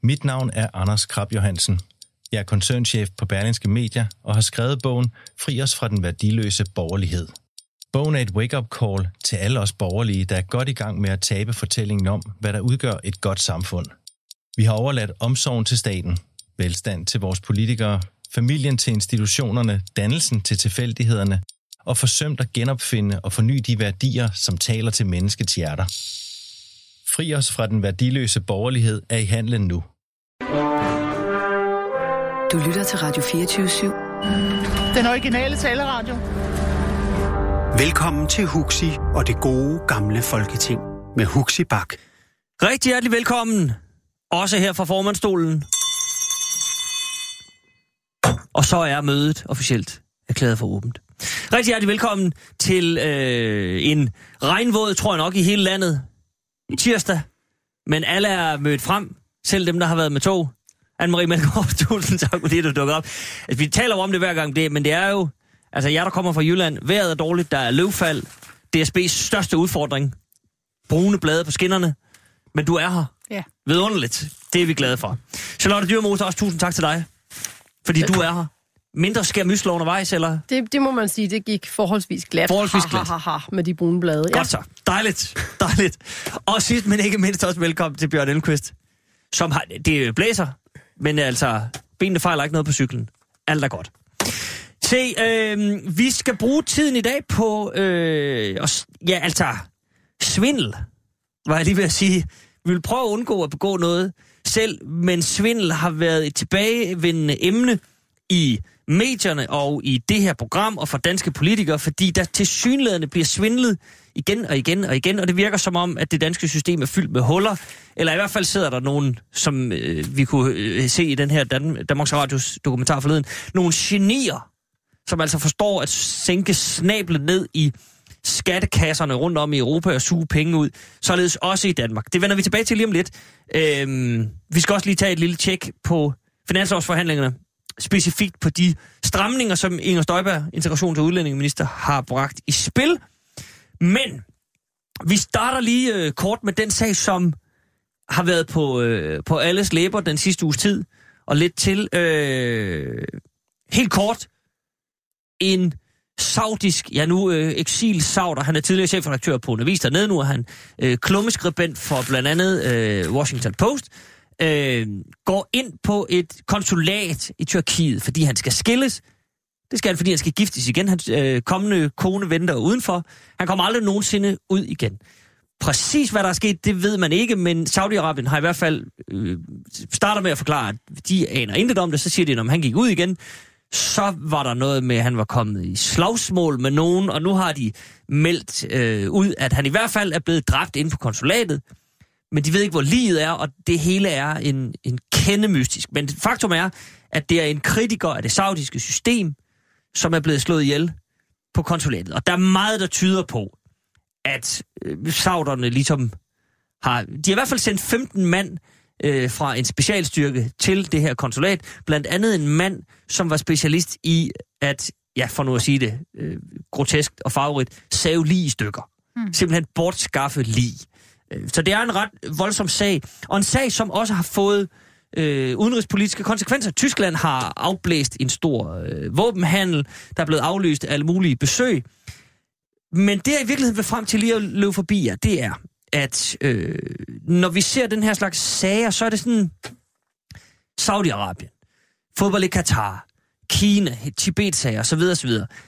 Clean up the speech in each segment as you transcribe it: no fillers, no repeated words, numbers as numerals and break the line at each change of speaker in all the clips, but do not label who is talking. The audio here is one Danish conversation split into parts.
Mit navn er Anders Krab Johansen. Jeg er koncernchef på Berlingske Media og har skrevet bogen Fri os fra den værdiløse borgerlighed. Bogen er et wake-up call til alle os borgerlige, der er godt i gang med at tabe fortællingen om, hvad der udgør et godt samfund. Vi har overladt omsorgen til staten, velstand til vores politikere, familien til institutionerne, dannelsen til tilfældighederne og forsømt at genopfinde og forny de værdier, som taler til menneskets hjerter. Fri os fra den værdiløse borgerlighed er i handlen nu.
Du lytter til Radio 24/7.
Den originale taleradio.
Velkommen til Huxi og det gode gamle Folketing med Huxi Bach.
Rigtig hjertelig velkommen, også her fra formandsstolen. Og så er mødet officielt erklæret for åbent. Rigtig hjertelig velkommen til en regnvåd, tror jeg nok, i hele landet. Tirsdag, men alle er mødt frem, selv dem, der har været med tog. Anne-Marie Melgaard, tusind tak, fordi du dukker op. Altså, vi taler om det hver gang, men det er jo, altså jer, der kommer fra Jylland, vejret er dårligt, der er løvfald, DSB's største udfordring, brune blade på skinnerne, men du er her.
Ja.
Vidunderligt, det er vi glade for. Charlotte Dyrmose, også tusind tak til dig, fordi du er her. Mindre sker mysler undervejs, eller?
Det må man sige, det gik forholdsvis glat.
Forholdsvis glat.
Med de brune blade.
Godt så. Dejligt. Og sidst, men ikke mindst også velkommen til Bjørn Elmqvist, som har, det blæser, men altså, benene fejler ikke noget på cyklen. Alt er godt. Se, vi skal bruge tiden i dag på, svindel, var jeg lige ved at sige. Vi vil prøve at undgå at begå noget selv, men svindel har været et tilbagevendende emne i medierne og i det her program og for danske politikere, fordi der tilsyneladende bliver svindlet igen og igen og igen, og det virker som om, at det danske system er fyldt med huller, eller i hvert fald sidder der nogen, som vi kunne se i den her Danmarks Radios dokumentar forleden, nogle genier, som altså forstår at sænke snablet ned i skattekasserne rundt om i Europa og suge penge ud, således også i Danmark. Det vender vi tilbage til lige om lidt. Vi skal også lige tage et lille tjek på finanslovsforhandlingerne, specifikt på de stramninger, som Inger Støjberg, integrations- og udlændingeminister, har bragt i spil. Men vi starter lige kort med den sag, som har været på alles læber den sidste uges tid, og lidt til helt kort en saudisk, eksil-sauder, han er tidligere chefredaktør på en avis dernede, nu er han klummeskribent for blandt andet Washington Post, går ind på et konsulat i Tyrkiet, fordi han skal skilles. Det skal han, fordi han skal giftes igen. Hans kommende kone venter udenfor. Han kommer aldrig nogensinde ud igen. Præcis hvad der er sket, det ved man ikke, men Saudi-Arabien har i hvert fald starter med at forklare, at de aner intet om det. Så siger de, at han gik ud igen, så var der noget med, at han var kommet i slagsmål med nogen, og nu har de meldt ud, at han i hvert fald er blevet dræbt inde på konsulatet. Men de ved ikke, hvor liget er, og det hele er en kende mystisk. Men faktum er, at det er en kritiker af det saudiske system, som er blevet slået ihjel på konsulatet. Og der er meget, der tyder på, at sauderne ligesom har... De har i hvert fald sendt 15 mand fra en specialstyrke til det her konsulat. Blandt andet en mand, som var specialist i at, for nu at sige det grotesk og farverigt, save lig i stykker. Simpelthen bortskaffe lig. Så det er en ret voldsom sag, og en sag, som også har fået udenrigspolitiske konsekvenser. Tyskland har afblæst en stor våbenhandel, der er blevet aflyst alle mulige besøg. Men det, jeg i virkeligheden vil frem til lige at løbe forbi jer, det er, at når vi ser den her slags sager, så er det sådan Saudi-Arabien, fodbold i Katar, Kina, Tibet-sager osv. osv.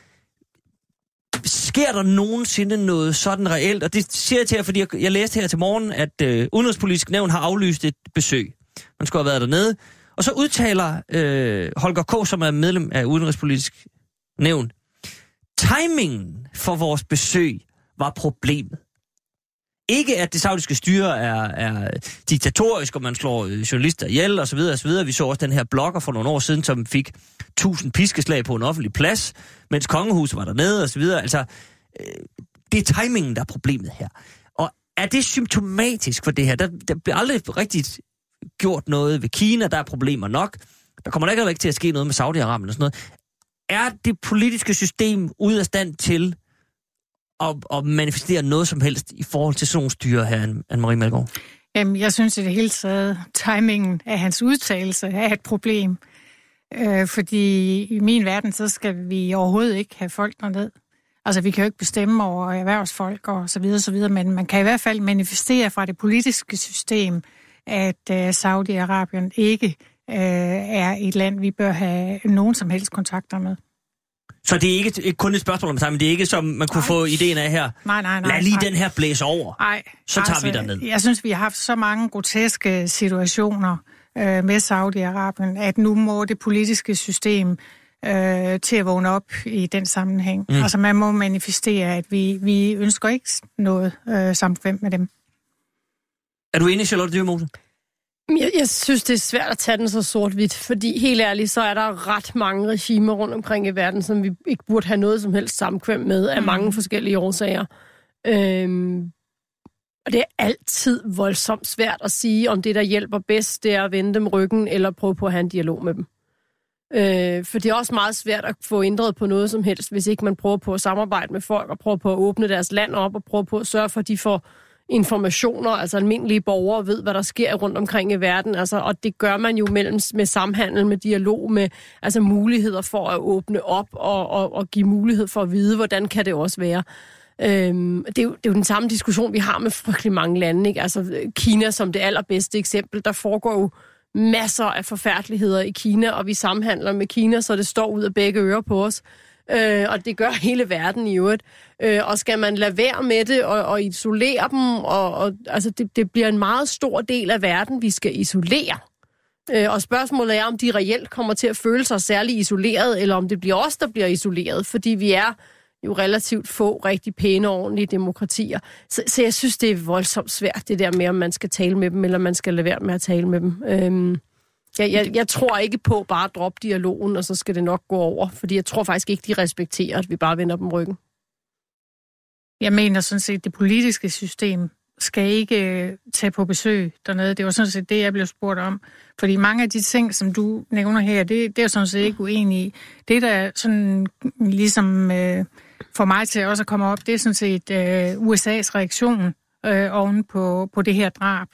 Sker der nogensinde noget sådan reelt? Og det siger jeg til jer, fordi jeg læste her til morgen, at Udenrigspolitisk Nævn har aflyst et besøg. Man skulle have været dernede. Og så udtaler Holger K., som er medlem af Udenrigspolitisk Nævn, timingen for vores besøg var problemet. Ikke at det saudiske styre er diktatorisk, og man slår journalister ihjel osv. osv. Vi så også den her blogger for nogle år siden, som fik 1000 piskeslag på en offentlig plads, mens kongehuset var dernede osv. Altså, det er timingen, der er problemet her. Og er det symptomatisk for det her? Der bliver aldrig rigtig gjort noget ved Kina, der er problemer nok. Der kommer ikke til at ske noget med Saudi-Arabien og sådan noget. Er det politiske system ude af stand til at manifestere noget som helst i forhold til sådan nogle styre her, Anne-Marie Melgaard?
Jamen, jeg synes i det hele taget, timingen af hans udtalelse er et problem. Fordi i min verden, så skal vi overhovedet ikke have folk derned. Altså, vi kan jo ikke bestemme over erhvervsfolk og så videre, men man kan i hvert fald manifestere fra det politiske system, at Saudi-Arabien ikke er et land, vi bør have nogen som helst kontakter med. Så
det er ikke kun et spørgsmål om sammen, det er ikke som man kunne få ideen af her.
Nej.
Lad lige den her blæse over.
Nej.
Så tager vi derned.
Jeg synes, vi har haft så mange groteske situationer med Saudi-Arabien, at nu må det politiske system til at vågne op i den sammenhæng. Altså man må manifestere, at vi ønsker ikke noget samkvem med dem.
Er du enig, Charlotte Dyremose?
Jeg synes, det er svært at tage den så sort-hvidt, fordi helt ærligt, så er der ret mange regimer rundt omkring i verden, som vi ikke burde have noget som helst samkvem med af mange forskellige årsager. Og det er altid voldsomt svært at sige, om det, der hjælper bedst, det er at vende dem ryggen, eller prøve på at have en dialog med dem. For det er også meget svært at få ændret på noget som helst, hvis ikke man prøver på at samarbejde med folk, og prøver på at åbne deres land op, og prøver på at sørge for, at de får informationer, altså almindelige borgere ved, hvad der sker rundt omkring i verden, altså, og det gør man jo med samhandel, med dialog, med altså muligheder for at åbne op og give mulighed for at vide, hvordan kan det også være. Det er jo den samme diskussion, vi har med frygtelig mange lande, ikke? Altså Kina som det allerbedste eksempel, der foregår jo masser af forfærdeligheder i Kina, og vi samhandler med Kina, så det står ud af begge ører på os. Og det gør hele verden i øvrigt. Og skal man lade være med det og isolere dem, altså det bliver en meget stor del af verden, vi skal isolere. Og spørgsmålet er, om de reelt kommer til at føle sig særlig isoleret, eller om det bliver os, der bliver isoleret, fordi vi er jo relativt få rigtig pæne og ordentlige demokratier. Så jeg synes, det er voldsomt svært, det der med, om man skal tale med dem, eller man skal lade være med at tale med dem. Jeg tror ikke på bare at droppe dialogen, og så skal det nok gå over, fordi jeg tror faktisk ikke, de respekterer, at vi bare vender dem ryggen.
Jeg mener sådan set, det politiske system skal ikke tage på besøg dernede. Det var sådan set det, jeg blev spurgt om. Fordi mange af de ting, som du nævner her, det er jeg sådan set ikke uenig i. Det, der sådan ligesom får mig til også at komme op, det er sådan set USA's reaktion oven på det her drab.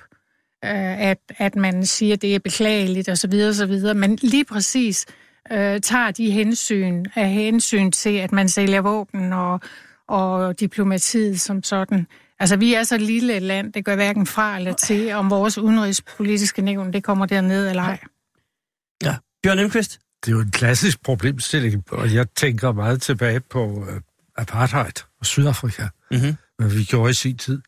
At man siger, at det er beklageligt og så videre, men lige præcis tager de hensyn til, at man sælger våben og diplomatiet som sådan. Altså, vi er så et lille land, det gør hverken fra eller til, om vores udenrigspolitiske nævn, det kommer derned eller ej.
Ja, Bjørn Elmqvist.
Det er jo en klassisk problemstilling, og jeg tænker meget tilbage på apartheid og Sydafrika, hvad vi gjorde i sin tid.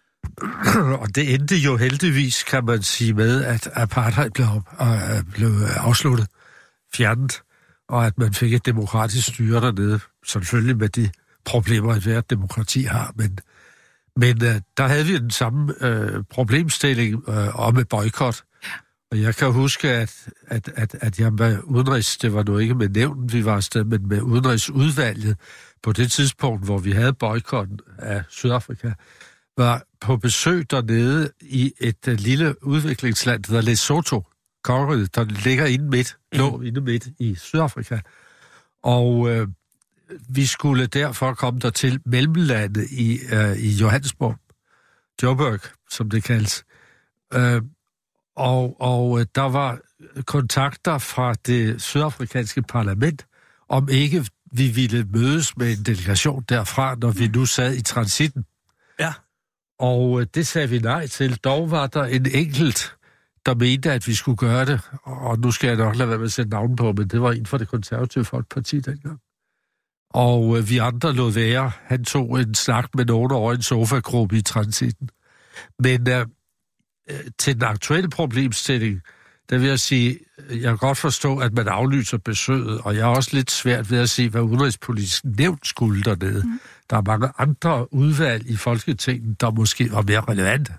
Og det endte jo heldigvis, kan man sige, med, at apartheid blev afsluttet, fjernet, og at man fik et demokratisk styre dernede, selvfølgelig med de problemer, et hvert demokrati har. Men der havde vi den samme problemstilling om et boykot. Og jeg kan huske, at jeg med udenrigs, det var nu ikke med nævnen, vi var afsted, men med udenrigsudvalget på det tidspunkt, hvor vi havde boykotten af Sydafrika, var på besøg dernede i et lille udviklingsland, der hedder Lesotho, kongeriget, der ligger inde midt i Sydafrika. Og vi skulle derfor komme der til mellemlandet i Johannesburg, Joburg, som det kaldes. Og der var kontakter fra det sydafrikanske parlament, om ikke vi ville mødes med en delegation derfra, når vi nu sad i transitten.
Ja.
Og det sagde vi nej til. Dog var der en enkelt, der mente, at vi skulle gøre det. Og nu skal jeg nok lade være med at sætte navn på, men det var en fra det konservative Folkeparti dengang. Og vi andre lod være. Han tog en snak med nogen over en sofagruppe i transitten. Men til den aktuelle problemstilling, der vil jeg sige, jeg kan godt forstå, at man aflyser besøget, og jeg er også lidt svært ved at se, hvad udenrigspolitisk nævnt skulle dernede. Der er mange andre udvalg i Folketinget, der måske var mere relevante.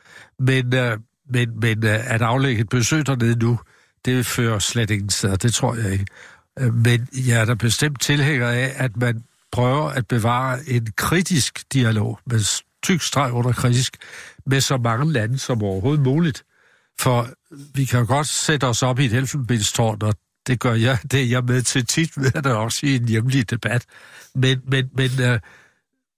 Men at aflægge et besøg dernede nu, det fører slet ingen steder, det tror jeg ikke. Men jeg er da bestemt tilhænger af, at man prøver at bevare en kritisk dialog, med tyk streg under kritisk, med så mange lande som overhovedet muligt. For vi kan godt sætte os op i et elfenbenstårn, og det gør jeg, det er jeg med til tit, ved at der også i en hjemlig debat. Men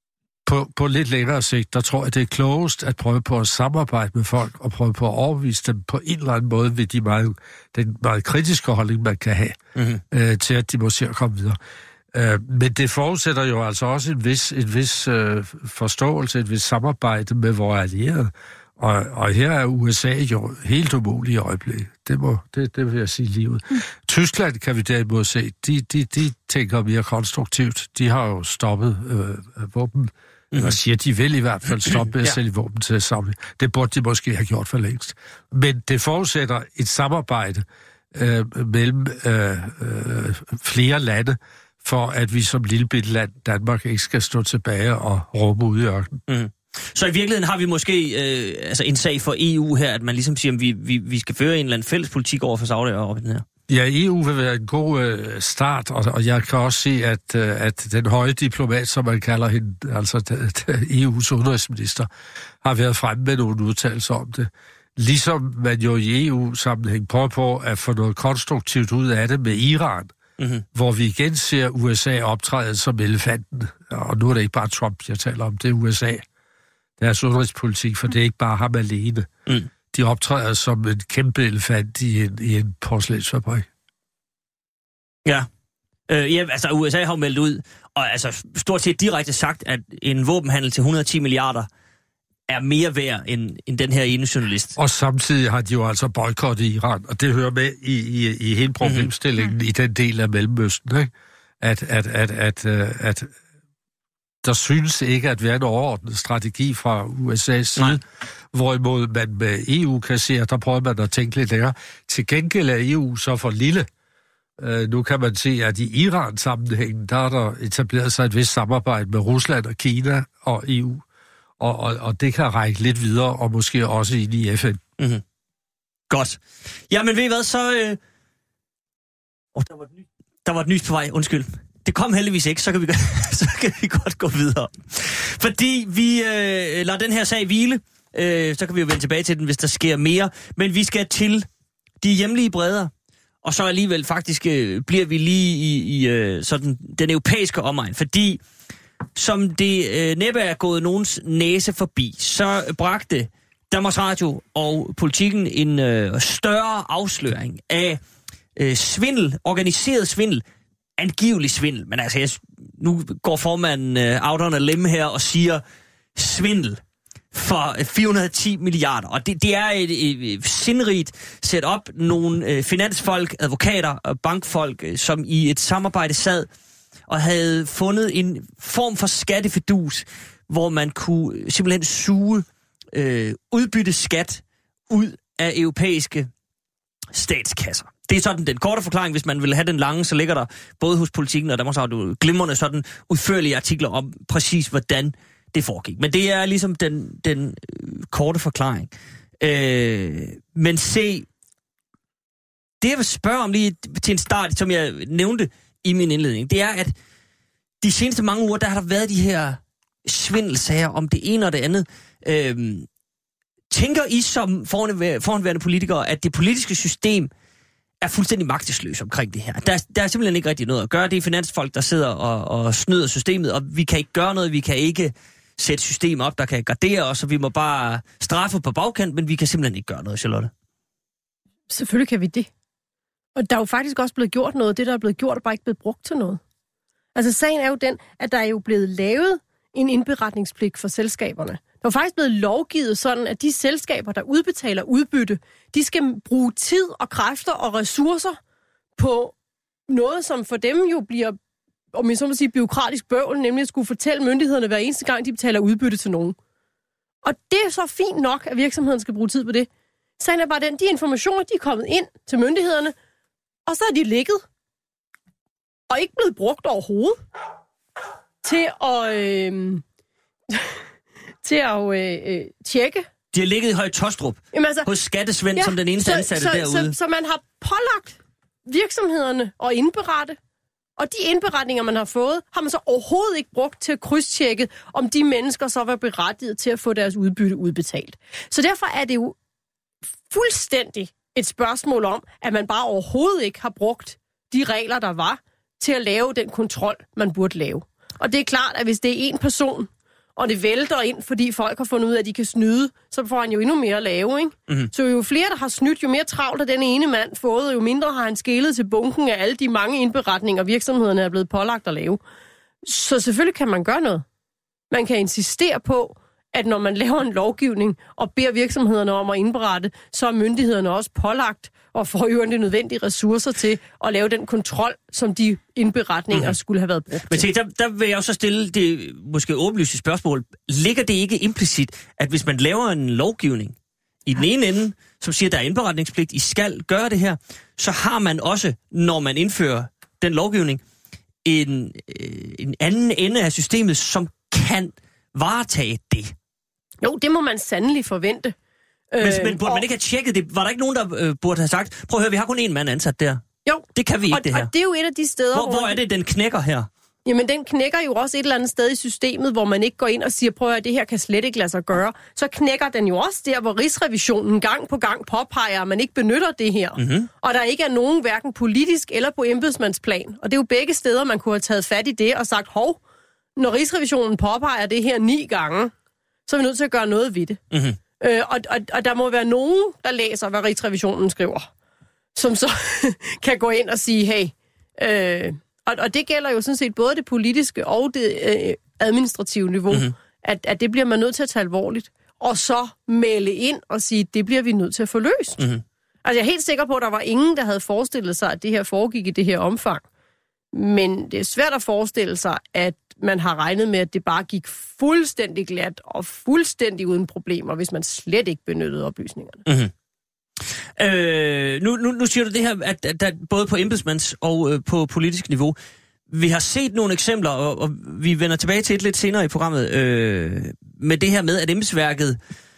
på lidt længere sigt, der tror jeg, det er klogest at prøve på at samarbejde med folk, og prøve på at overbevise dem på en eller anden måde ved den meget kritiske holdning, man kan have, til at de må se at komme videre. Men det forudsætter jo altså også en vis forståelse, et vis samarbejde med vores allierede. Og her er USA jo helt umuligt i øjeblikket. Det vil jeg sige livet. Tyskland kan vi derimod se, de tænker mere konstruktivt. De har jo stoppet våben. Og siger, de vil i hvert fald stoppe med at sælge våben til samling. Det burde de måske have gjort for længst. Men det forudsætter et samarbejde mellem flere lande, for at vi som lille bitte land, Danmark, ikke skal stå tilbage og råbe ud i ørkenen.
Så i virkeligheden har vi måske en sag for EU her, at man ligesom siger, at vi skal føre en eller anden fælles politik over for Saudi-Arabien her.
Ja, EU vil være en god start, og jeg kan også se, at den høje diplomat, som man kalder hende, altså EU's udenrigsminister, har været fremme med nogle udtalelser om det. Ligesom man jo i EU-sammenhæng prøver på at få noget konstruktivt ud af det med Iran, hvor vi igen ser USA optræde som elefanten. Og nu er det ikke bare Trump, jeg taler om, det er USA. Deres udenrigspolitik, for det er ikke bare ham alene. De optræder som en kæmpe elefant i en porcelænsfabrik.
Ja. Altså USA har jo meldt ud, og altså stort set direkte sagt, at en våbenhandel til 110 milliarder er mere værd end den her ene journalist. Og
samtidig har de jo altså boykottet Iran, og det hører med i hele problemstillingen i den del af Mellemøsten, ikke? At der synes ikke at være en overordnet strategi fra USA's side, hvorimod man med EU kan se, at der prøver man at tænke lidt længere. Til gengæld er EU så for lille. Nu kan man se, at i Iran-sammenhængen, der er der etableret sig et vist samarbejde med Rusland og Kina og EU. Og det kan række lidt videre, og måske også ind i FN.
Godt. Jamen ved I hvad, så... Der var et nys på vej, undskyld. Det kom heldigvis ikke, så kan vi godt gå videre. Fordi vi lader den her sag hvile, så kan vi jo vende tilbage til den, hvis der sker mere. Men vi skal til de hjemlige bredder, og så alligevel faktisk bliver vi lige i sådan den europæiske omegn. Fordi som det næppe er gået nogens næse forbi, så bragte Danmarks Radio og Politikken en større afsløring af svindel, organiseret svindel, angivelig svindel, men altså nu går formanden out on a limb her og siger svindel for 410 milliarder. Og det er et sindrigt setup. Nogle finansfolk, advokater og bankfolk, som i et samarbejde sad og havde fundet en form for skattefidus, hvor man kunne simpelthen suge udbytte skat ud af europæiske statskasser. Det er sådan den korte forklaring. Hvis man vil have den lange, så ligger der både hos Politikken og Danmarks Radio glimrende sådan udførlige artikler om præcis, hvordan det foregik. Men det er ligesom den korte forklaring. Men se, det jeg vil spørge om lige til en start, som jeg nævnte i min indledning, det er, at de seneste mange uger, der har der været de her svindelsager om det ene og det andet. Tænker I som foranværende politikere, at det politiske system er fuldstændig magtesløs omkring det her? Der er simpelthen ikke rigtig noget at gøre. Det er finansfolk, der sidder og snyder systemet, og vi kan ikke gøre noget. Vi kan ikke sætte systemer op, der kan gardere os, og vi må bare straffe på bagkant, men vi kan simpelthen ikke gøre noget, Charlotte.
Selvfølgelig kan vi det. Og der er jo faktisk også blevet gjort noget. Det, der er blevet gjort, er bare ikke blevet brugt til noget. Altså, sagen er jo den, at der er jo blevet lavet en indberetningspligt for selskaberne. Der er faktisk blevet lovgivet sådan, at de selskaber, der udbetaler udbytte, de skal bruge tid og kræfter og ressourcer på noget, som for dem jo bliver, om jeg så må sige, bureaukratisk bøvl, nemlig at skulle fortælle myndighederne hver eneste gang, de betaler udbytte til nogen. Og det er så fint nok, at virksomheden skal bruge tid på det. Sagen er bare den, de informationer, de er kommet ind til myndighederne, og så er de ligget og ikke blevet brugt overhovedet til at tjekke. De
har ligget i Høje Taastrup hos Skattesvend, som den eneste ansatte derude.
Så man har pålagt virksomhederne at indberette, og de indberetninger, man har fået, har man så overhovedet ikke brugt til at krydstjekke, om de mennesker så var berettiget til at få deres udbytte udbetalt. Så derfor er det jo fuldstændig et spørgsmål om, at man bare overhovedet ikke har brugt de regler, der var, til at lave den kontrol, man burde lave. Og det er klart, at hvis det er en person, og det vælter ind, fordi folk har fundet ud af, at de kan snyde, så får han jo endnu mere at lave, ikke? Mm-hmm. Så jo flere, der har snydt, jo mere travlt har den ene mand fået, jo mindre har han skælet til bunken af alle de mange indberetninger, virksomhederne er blevet pålagt at lave. Så selvfølgelig kan man gøre noget. Man kan insistere på, at når man laver en lovgivning og beder virksomhederne om at indberette, så er myndighederne også pålagt og får jo de nødvendige ressourcer til at lave den kontrol, som de indberetninger skulle have været brugt til.
Men der vil jeg også stille det måske åbenlyse spørgsmål. Ligger det ikke implicit, at hvis man laver en lovgivning i den ene ende, som siger, at der er indberetningspligt, I skal gøre det her, så har man også, når man indfører den lovgivning, en anden ende af systemet, som kan varetage det?
Jo, det må man sandelig forvente.
Men burde man ikke have tjekket det? Var der ikke nogen, der burde have sagt, prøv at høre, vi har kun én mand ansat der.
Jo.
Det kan vi ikke, det her.
Og det er jo et af de steder,
hvor er det, den knækker her?
Jamen, den knækker jo også et eller andet sted i systemet, hvor man ikke går ind og siger, prøv at høre, det her kan slet ikke lade sig gøre. Så knækker den jo også der, hvor Rigsrevisionen gang på gang påpeger, at man ikke benytter det her. Mm-hmm. Og der ikke er nogen, hverken politisk eller på embedsmandsplan. Og det er jo begge steder, man kunne have taget fat i det og sagt, hov, når Rigsrevisionen påpeger det her 9 gange, så er vi nødt til at gøre noget ved det. Mm-hmm. Og der må være nogen, der læser, hvad Rigsrevisionen skriver, som så kan gå ind og sige, hey, og det gælder jo sådan set både det politiske og det administrative niveau, mm-hmm. at det bliver man nødt til at tage alvorligt, og så melde ind og sige, det bliver vi nødt til at få løst. Mm-hmm. Altså jeg er helt sikker på, at der var ingen, der havde forestillet sig, at det her foregik i det her omfang. Men det er svært at forestille sig, at man har regnet med, at det bare gik fuldstændig glat og fuldstændig uden problemer, hvis man slet ikke benyttede oplysningerne. Mm-hmm.
Nu siger du det her, at der, både på embedsmands og på politisk niveau. Vi har set nogle eksempler, og vi vender tilbage til et lidt senere i programmet, med det her med, at embedsværket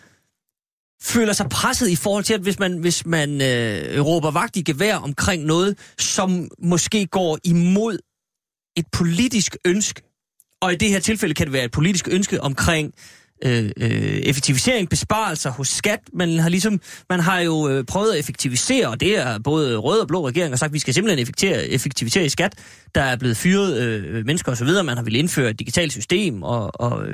føler sig presset i forhold til, at hvis man råber vagt i gevær omkring noget, som måske går imod et politisk ønske, og i det her tilfælde kan det være et politisk ønske omkring effektivisering, besparelser hos skat. Man har jo prøvet at effektivisere, og det er både røde og blå regeringer sagt, at vi skal simpelthen effektivisere i skat. Der er blevet fyret mennesker osv., man har ville indføre et digitalt system, og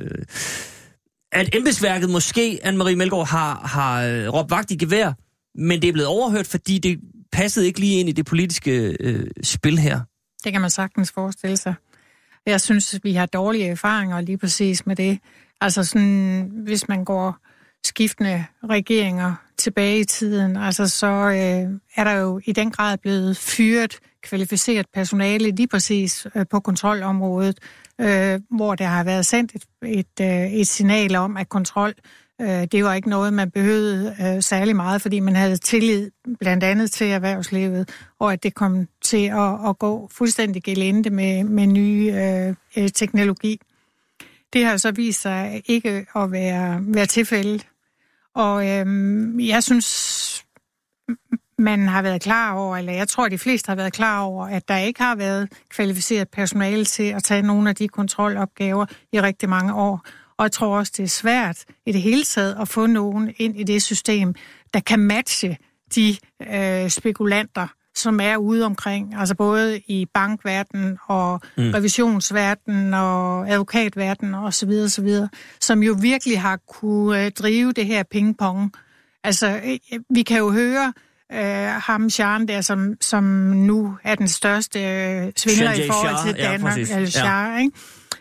at embedsværket måske, Anne-Marie Melgaard, har råbt vagt i gevær, men det er blevet overhørt, fordi det passede ikke lige ind i det politiske spil her.
Det kan man sagtens forestille sig. Jeg synes, vi har dårlige erfaringer lige præcis med det. Altså sådan, hvis man går skiftende regeringer tilbage i tiden, altså så er der jo i den grad blevet fyret kvalificeret personale lige præcis på kontrolområdet, hvor der har været sendt et signal om, at kontrol, det var ikke noget, man behøvede særlig meget, fordi man havde tillid blandt andet til erhvervslivet, og at det kom til at gå fuldstændig gelinde med nye teknologi. Det har så vist sig ikke at være tilfældet. Og jeg synes, man har været klar over, eller jeg tror, de fleste har været klar over, at der ikke har været kvalificeret personale til at tage nogle af de kontrolopgaver i rigtig mange år. Og jeg tror også, det er svært i det hele taget at få nogen ind i det system, der kan matche de spekulanter, som er ude omkring, altså både i bankverdenen og revisionsverdenen og advokatverdenen osv., som jo virkelig har kunne drive det her pingpong. Altså, vi kan jo høre ham, Jean, der, som nu er den største svindler i forhold til Danmark, ikke?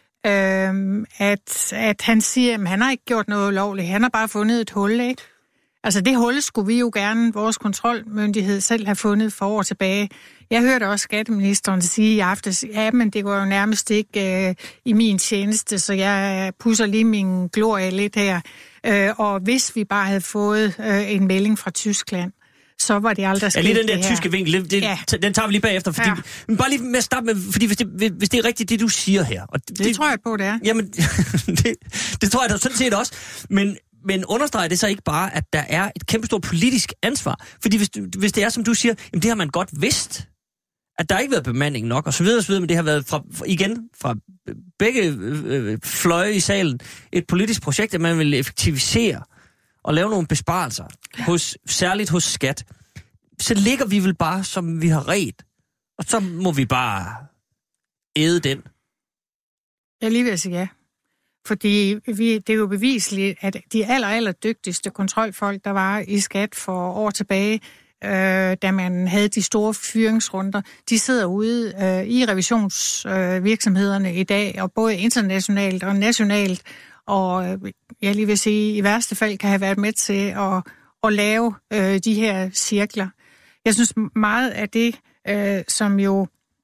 At han siger, at han har ikke gjort noget ulovligt, han har bare fundet et hul, ikke? Altså det hul skulle vi jo gerne, vores kontrolmyndighed, selv have fundet for år tilbage. Jeg hørte også skatteministeren sige i aftes, ja, men det går jo nærmest ikke i min tjeneste, så jeg pusser lige min glorie lidt her. Og hvis vi bare havde fået en melding fra Tyskland, så var det aldrig sket.
Ja, lige den der tyske vinkel, den tager vi lige bagefter. Fordi, men bare lige med at starte med, fordi hvis det er rigtigt, det du siger her. Og
det tror jeg på, det er.
Jamen, det tror jeg da sådan set også. Men understreger det så ikke bare, at der er et kæmpestort politisk ansvar? Fordi hvis det er, som du siger, jamen det har man godt vidst, at der ikke har været bemanding nok, og så videre, men det har været fra begge fløje i salen et politisk projekt, at man vil effektivisere og lave nogle besparelser, særligt hos skat. Så ligger vi vel bare, som vi har redt, og så må vi bare æde den.
Jeg lige vil sige ja. Fordi det er jo beviseligt, at de aller dygtigste kontrolfolk, der var i skat for år tilbage, da man havde de store fyringsrunder, de sidder ude i revisionsvirksomhederne i dag, og både internationalt og nationalt, og jeg lige vil sige, i værste fald kan have været med til at lave de her cirkler. Jeg synes meget af det, som jo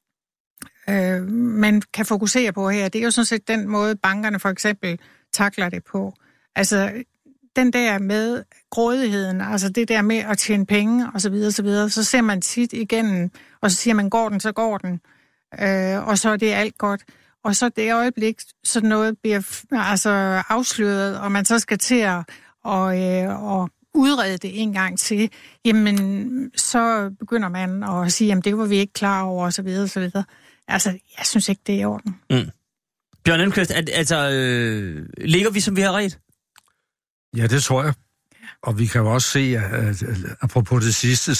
man kan fokusere på her, det er jo sådan set den måde, bankerne for eksempel takler det på. Altså, den der med grådigheden, altså det der med at tjene penge og så videre, så ser man tit igennem, og så siger man, går den, så går den, og så er det alt godt. Og så det øjeblik, så noget bliver altså afsløret, og man så skal til at udrede det en gang til, jamen så begynder man at sige, jamen det var vi ikke klar over, og så videre. Altså, jeg synes ikke, det er i orden.
Mm. Bjørn Elmqvist, ligger vi, som vi har ret?
Ja, det tror jeg. Og vi kan jo også se, at apropos det sidste,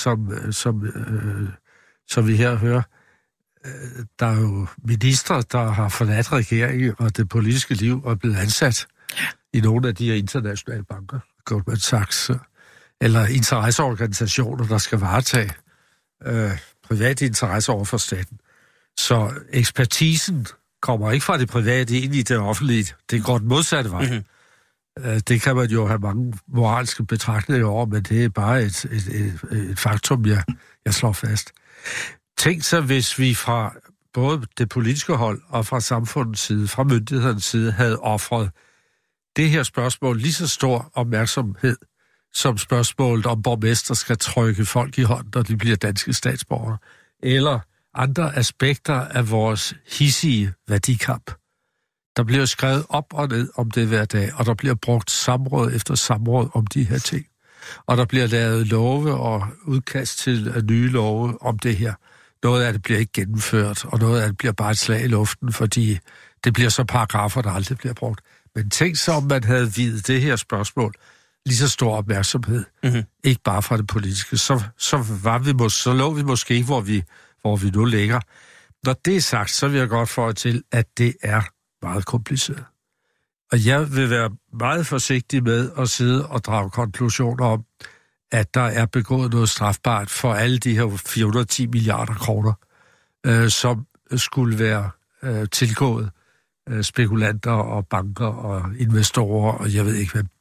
som vi her hører, der er jo ministre, der har forladt regeringen og det politiske liv og er blevet ansat i nogle af de her internationale banker, Goldman Sachs, eller interesseorganisationer, der skal varetage private interesser over for staten. Så ekspertisen kommer ikke fra det private ind i det offentlige. Det går den modsatte vej. Mm-hmm. Det kan man jo have mange moralske betragtninger over, men det er bare et faktum, jeg slår fast. Tænk så, hvis vi fra både det politiske hold og fra samfundets side, fra myndighedernes side, havde offret det her spørgsmål lige så stor opmærksomhed, som spørgsmålet om borgmester skal trykke folk i hånden, når de bliver danske statsborgere, eller andre aspekter af vores hidsige værdikamp. Der bliver skrevet op og ned om det hver dag, og der bliver brugt samråd efter samråd om de her ting. Og der bliver lavet love og udkast til nye love om det her. Noget af det bliver ikke gennemført, og noget af det bliver bare et slag i luften, fordi det bliver så paragrafer, der aldrig bliver brugt. Men tænk så, om man havde videt det her spørgsmål lige så stor opmærksomhed. Mm-hmm. Ikke bare fra det politiske. Så lå vi måske ikke, hvor vi nu ligger. Når det er sagt, så vil jeg godt få til, at det er meget kompliceret. Og jeg vil være meget forsigtig med at sidde og drage konklusioner om, at der er begået noget strafbart for alle de her 410 milliarder kroner, som skulle være tilgået spekulanter og banker og investorer, og jeg ved ikke hvad.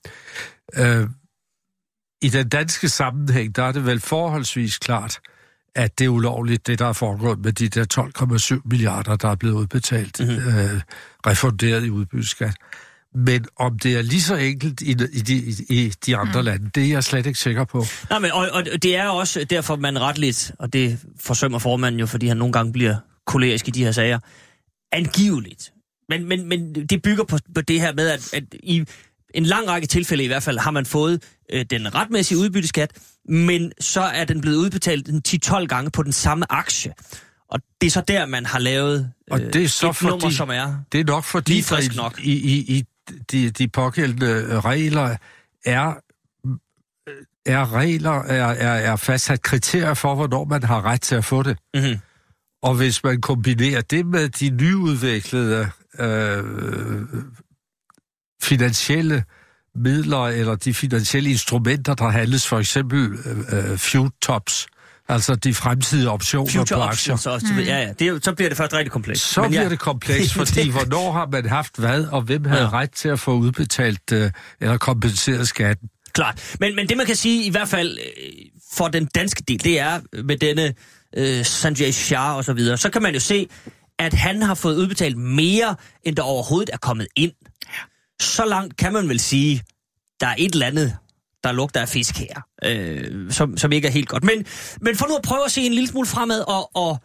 I den danske sammenhæng, der er det vel forholdsvis klart, at det er ulovligt, det der er foregået med de der 12,7 milliarder, der er blevet udbetalt, refunderet i udbytteskat. Men om det er lige så enkelt i de andre lande, det er jeg slet ikke sikker på.
Nej, men og det er også derfor, man retligt, og det forsømmer formanden jo, fordi han nogle gange bliver kolerisk i de her sager, angiveligt. Men det bygger på det her med, at i en lang række tilfælde i hvert fald, har man fået den retmæssige udbytteskat, men så er den blevet udbetalt 10-12 gange på den samme aktie. Og det er så der, man har lavet det er så et nummer, som er
det er nok fordi,
lige frisk nok.
I de pågældende regler er fastsat kriterier for, hvornår man har ret til at få det. Mm-hmm. Og hvis man kombinerer det med de nyudviklede finansielle midler, eller de finansielle instrumenter, der handles, for eksempel FUTUREs, altså de fremtidige optioner på aktier.
Så bliver det først rigtig komplekst.
Så bliver det komplekst, fordi hvornår har man haft hvad, og hvem havde ret til at få udbetalt eller kompenseret skatten?
Klart. Men det man kan sige, i hvert fald for den danske del, det er med denne Sanjay Shah og så videre, så kan man jo se, at han har fået udbetalt mere, end der overhovedet er kommet ind. Så langt kan man vel sige, der er et eller andet, der lugter af fisk her, som ikke er helt godt. Men for nu at prøve at se en lille smule fremad, og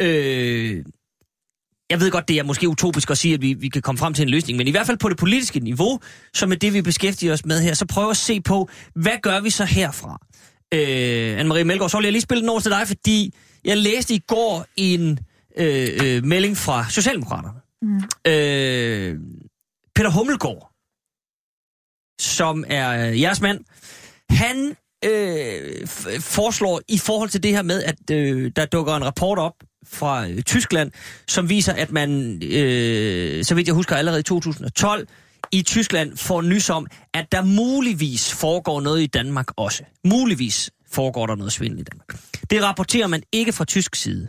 jeg ved godt, det er måske utopisk at sige, at vi kan komme frem til en løsning, men i hvert fald på det politiske niveau, som er det, vi beskæftiger os med her, så prøve at se på, hvad gør vi så herfra? Anne-Marie Melgaard, så vil jeg lige spille den over til dig, fordi jeg læste i går en melding fra Socialdemokraterne. Peter Hummelgaard, som er jeres mand, han foreslår i forhold til det her med, at der dukker en rapport op fra Tyskland, som viser, at man, så vidt jeg husker, allerede i 2012 i Tyskland får nys om, at der muligvis foregår noget i Danmark også. Muligvis foregår der noget svindel i Danmark. Det rapporterer man ikke fra tysk side.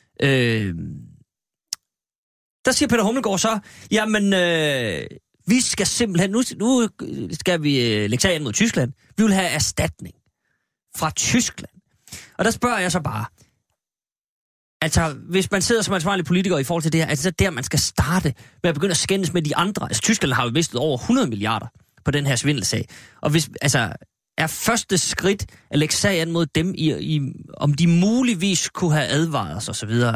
Der siger Peter Hummelgaard så, jamen, vi skal simpelthen, nu skal vi lægge sag ind mod Tyskland. Vi vil have erstatning fra Tyskland. Og der spørger jeg så bare, altså, hvis man sidder som ansvarlig politiker i forhold til det her, altså der, man skal starte med at begynde at skændes med de andre. Altså, Tyskland har jo mistet over 100 milliarder på den her svindelsag. Og hvis, altså, er første skridt at lægge sag an mod dem, om de muligvis kunne have advaret os og så videre,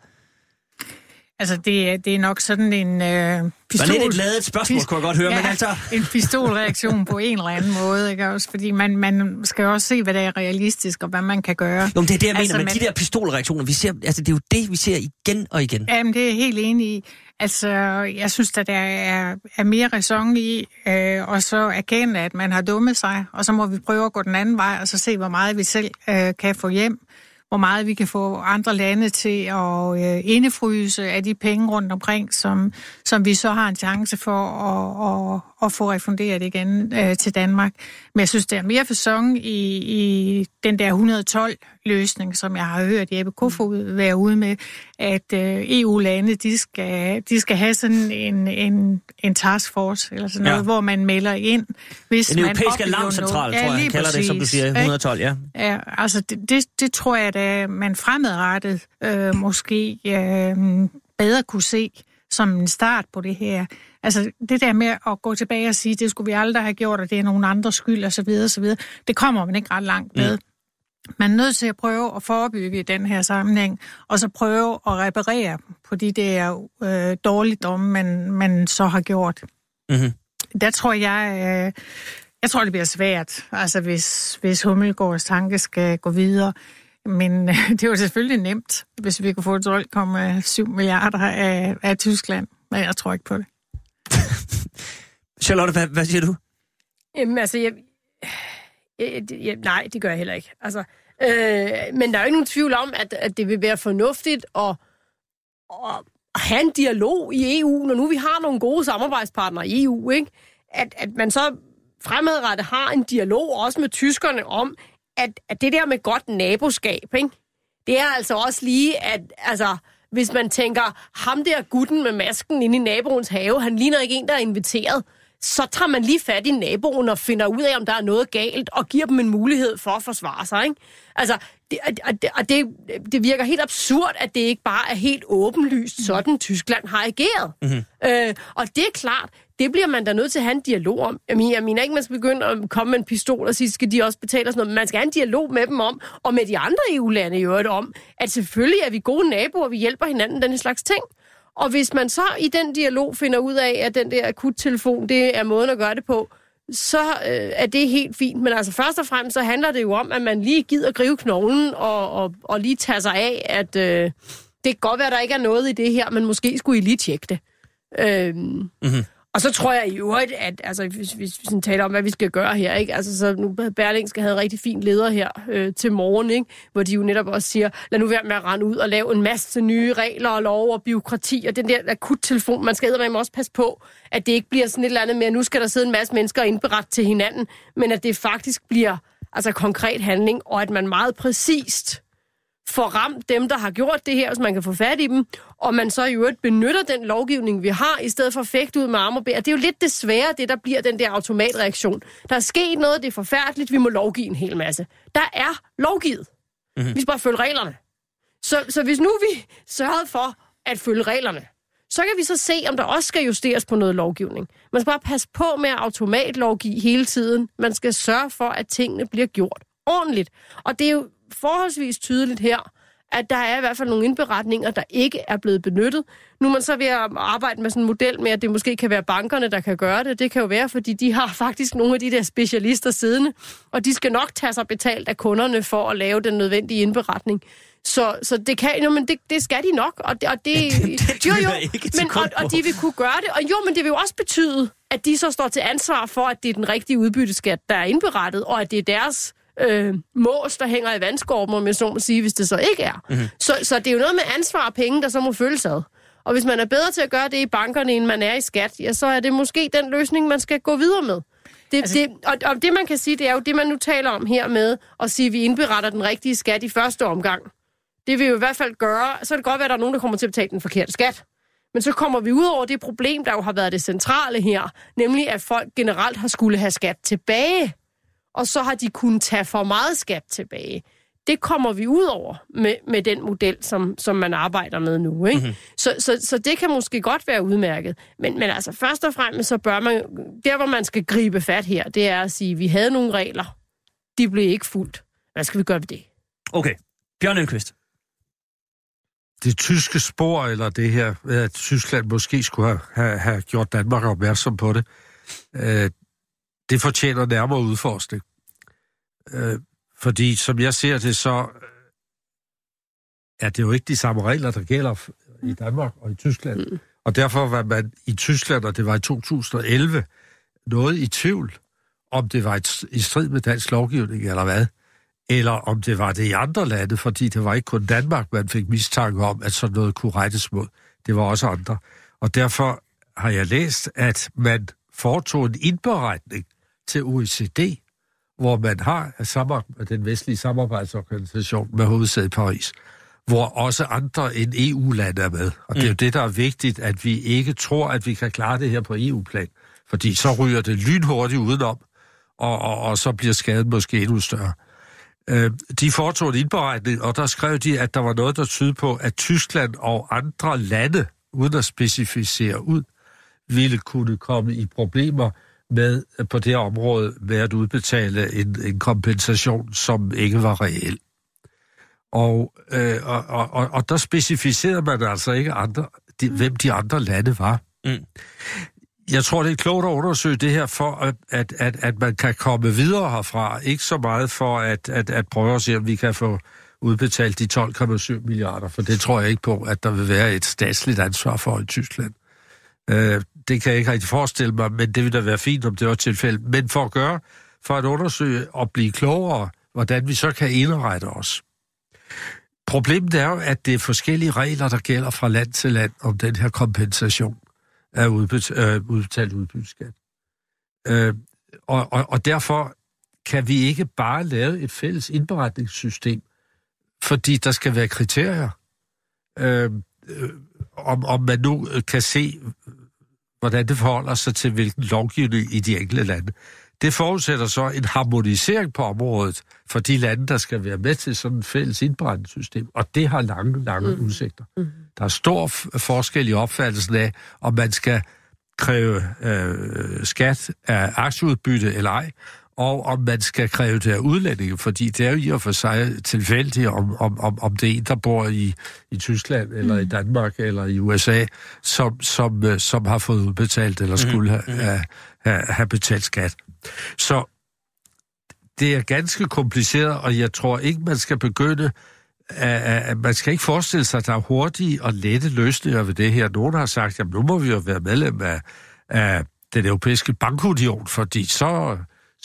Altså, det er nok sådan en pistol...
Det er lidt et ladet spørgsmål, kunne jeg godt høre, men altså... en
pistolreaktion på en eller anden måde, ikke også? Fordi man skal jo også se, hvad der er realistisk, og hvad man kan gøre.
Jo, men det er det, jeg mener, men de der pistolreaktioner, vi ser, altså, det er jo det, vi ser igen og igen.
Jamen, det er jeg helt enig i. Altså, jeg synes, at der er mere ræson i, og så erkende, at man har dummet sig, og så må vi prøve at gå den anden vej, og så se, hvor meget vi selv kan få hjem. Hvor meget vi kan få andre lande til at indefryse af de penge rundt omkring, som vi så har en chance for at få refunderet igen til Danmark. Men jeg synes, der er mere facon i den der 112-løsning, som jeg har hørt Jeppe Kofod være ude med, at EU-lande, de skal have sådan en taskforce, eller sådan noget, hvor man melder ind, hvis
en
man
europæisk alarmcentral, tror jeg, han kalder det, som du siger, 112, ja.
Ja, altså det tror jeg, at man fremadrettet måske bedre kunne se som en start på det her. Altså det der med at gå tilbage og sige, det skulle vi aldrig have gjort, og det er nogen andres skyld, og så videre, og så videre, det kommer man ikke ret langt med. Man er nødt til at prøve at forebygge i den her sammenhæng, og så prøve at reparere på de der dårligdomme, man så har gjort. Mm-hmm. Der tror jeg det bliver svært, altså hvis Hummelgaards tanke skal gå videre. Men det var selvfølgelig nemt, hvis vi kunne få 12,7 milliarder af Tyskland. Men jeg tror ikke på det.
Charlotte, hvad siger du?
Jamen, altså, nej, det gør jeg heller ikke. Altså, men der er jo ikke nogen tvivl om, at det vil være fornuftigt at have en dialog i EU, når nu vi har nogle gode samarbejdspartnere i EU, ikke? At man så fremadrettet har en dialog også med tyskerne om, at det der med godt naboskab, ikke? Det er altså også lige, at altså, hvis man tænker, ham der gutten med masken inde i naboens have, han ligner ikke en, der er inviteret, så tager man lige fat i naboen og finder ud af, om der er noget galt, og giver dem en mulighed for at forsvare sig, ikke? Altså, det virker helt absurd, at det ikke bare er helt åbenlyst, sådan Tyskland har ageret. Mm-hmm. Og det er klart, det bliver man da nødt til at have en dialog om. Jeg mener ikke, man skal begynde at komme med en pistol og sige, skal de også betale os noget, men man skal have en dialog med dem om, og med de andre EU-lande i øvrigt om, at selvfølgelig er vi gode naboer, vi hjælper hinanden, den slags ting. Og hvis man så i den dialog finder ud af, at den der akuttelefon, det er måden at gøre det på, så er det helt fint. Men altså først og fremmest, så handler det jo om, at man lige gider gribe knoglen og lige tage sig af, at det kan godt være, at der ikke er noget i det her, men måske skulle I lige tjekke det. Mm-hmm. Og så tror jeg i øvrigt, at altså, hvis vi taler om, hvad vi skal gøre her, ikke? Altså, så nu Berlingske havde rigtig fin leder her til morgen, ikke? Hvor de jo netop også siger, lad nu være med at rende ud og lave en masse nye regler og lov og byråkrati, og den der akuttelefon, man skal eddermame også passe på, at det ikke bliver sådan et eller andet med, at nu skal der sidde en masse mennesker og indberette til hinanden, men at det faktisk bliver altså konkret handling, og at man meget præcist får ramt dem, der har gjort det her, så man kan få fat i dem, og man så i øvrigt benytter den lovgivning, vi har, i stedet for at fægte ud med arme og ben. Det er jo lidt desværre det, der bliver den der automatreaktion. Der er sket noget, det er forfærdeligt, vi må lovgive en hel masse. Der er lovgivet. Mm-hmm. Vi skal bare følge reglerne. Så hvis nu vi sørger for at følge reglerne, så kan vi så se, om der også skal justeres på noget lovgivning. Man skal bare passe på med at automatlovgive hele tiden. Man skal sørge for, at tingene bliver gjort ordentligt. Og det er jo forholdsvis tydeligt her, at der er i hvert fald nogle indberetninger, der ikke er blevet benyttet. Nu er man så ved at arbejde med sådan en model med, at det måske kan være bankerne, der kan gøre det. Det kan jo være, fordi de har faktisk nogle af de der specialister siddende, og de skal nok tage sig betalt af kunderne for at lave den nødvendige indberetning. Så det kan, jo, men det skal de nok, og det og de vil kunne gøre det. Og jo, men det vil jo også betyde, at de så står til ansvar for, at det er den rigtige udbytteskat, der er indberettet, og at det er deres mås, der hænger i vandskorben, om jeg så må sige, hvis det så ikke er. Mm-hmm. Så det er jo noget med ansvar og penge, der så må følges ad. Og hvis man er bedre til at gøre det i bankerne, end man er i skat, ja, så er det måske den løsning, man skal gå videre med. Og det, man kan sige, det er jo det, man nu taler om her med, at sige, at vi indberetter den rigtige skat i første omgang. Det vil jo i hvert fald gøre, så er det godt være, at der er nogen, der kommer til at betale den forkerte skat. Men så kommer vi ud over det problem, der jo har været det centrale her, nemlig at folk generelt har skulle have skat tilbage, og så har de kunnet tage for meget skat tilbage. Det kommer vi ud over med den model, som man arbejder med nu. Ikke? Mm-hmm. Så det kan måske godt være udmærket. Men altså først og fremmest, så bør man, der hvor man skal gribe fat her, det er at sige, at vi havde nogle regler, de blev ikke fulgt. Hvad skal vi gøre ved det?
Okay, Bjørn Elmquist.
Det tyske spor, eller det her, at Tyskland måske skulle have gjort Danmark opmærksom på det, det fortjener nærmere udforskning. Fordi, som jeg ser det, så er det jo ikke de samme regler, der gælder i Danmark og i Tyskland. Mm. Og derfor var man i Tyskland, og det var i 2011, noget i tvivl, om det var i strid med dansk lovgivning, eller hvad. Eller om det var det i andre lande, fordi det var ikke kun Danmark, man fik mistanke om, at sådan noget kunne rettes mod. Det var også andre. Og derfor har jeg læst, at man foretog en indberetning til OECD, hvor man har den vestlige samarbejdsorganisation med hovedsæde i Paris, hvor også andre end EU-lande er med. Og det er jo det, der er vigtigt, at vi ikke tror, at vi kan klare det her på EU-plan. Fordi så ryger det lynhurtigt udenom, og så bliver skaden måske endnu større. De foretog en indberetning, og der skrev de, at der var noget, der tydede på, at Tyskland og andre lande, uden at specificere ud, ville kunne komme i problemer med på det her område med at udbetale en kompensation, som ikke var reel. Og der specificerede man altså ikke hvem de andre lande var. Mm. Jeg tror, det er klogt at undersøge det her, for at man kan komme videre herfra. Ikke så meget for at prøve at se, om vi kan få udbetalt de 12,7 milliarder, for det tror jeg ikke på, at der vil være et statsligt ansvar for i Tyskland. Det kan jeg ikke rigtig forestille mig, men det vil da være fint, om det var tilfældet. Men for at undersøge og blive klogere, hvordan vi så kan indrette os. Problemet er jo, at det er forskellige regler, der gælder fra land til land om den her kompensation af udbetalt udbytteskat. Og derfor kan vi ikke bare lave et fælles indberetningssystem, fordi der skal være kriterier. Om man nu kan se, hvordan det forholder sig til hvilken lovgivning i de enkelte lande. Det forudsætter så en harmonisering på området for de lande, der skal være med til sådan et fælles indberetningssystem, og det har lange udsigter. Der er stor forskel i opfattelsen af, om man skal kræve skat af aktieudbytte eller ej, og om man skal kræve det af udlændinge, fordi det er jo i og for sig tilfældigt, om det er en, der bor i Tyskland, eller i Danmark, eller i USA, som har fået udbetalt, eller skulle have betalt skat. Så det er ganske kompliceret, og jeg tror ikke, man skal begynde man skal ikke forestille sig, at der er hurtige og lette løsninger ved det her. Nogen har sagt, at nu må vi jo være medlem af den europæiske bankunion, fordi så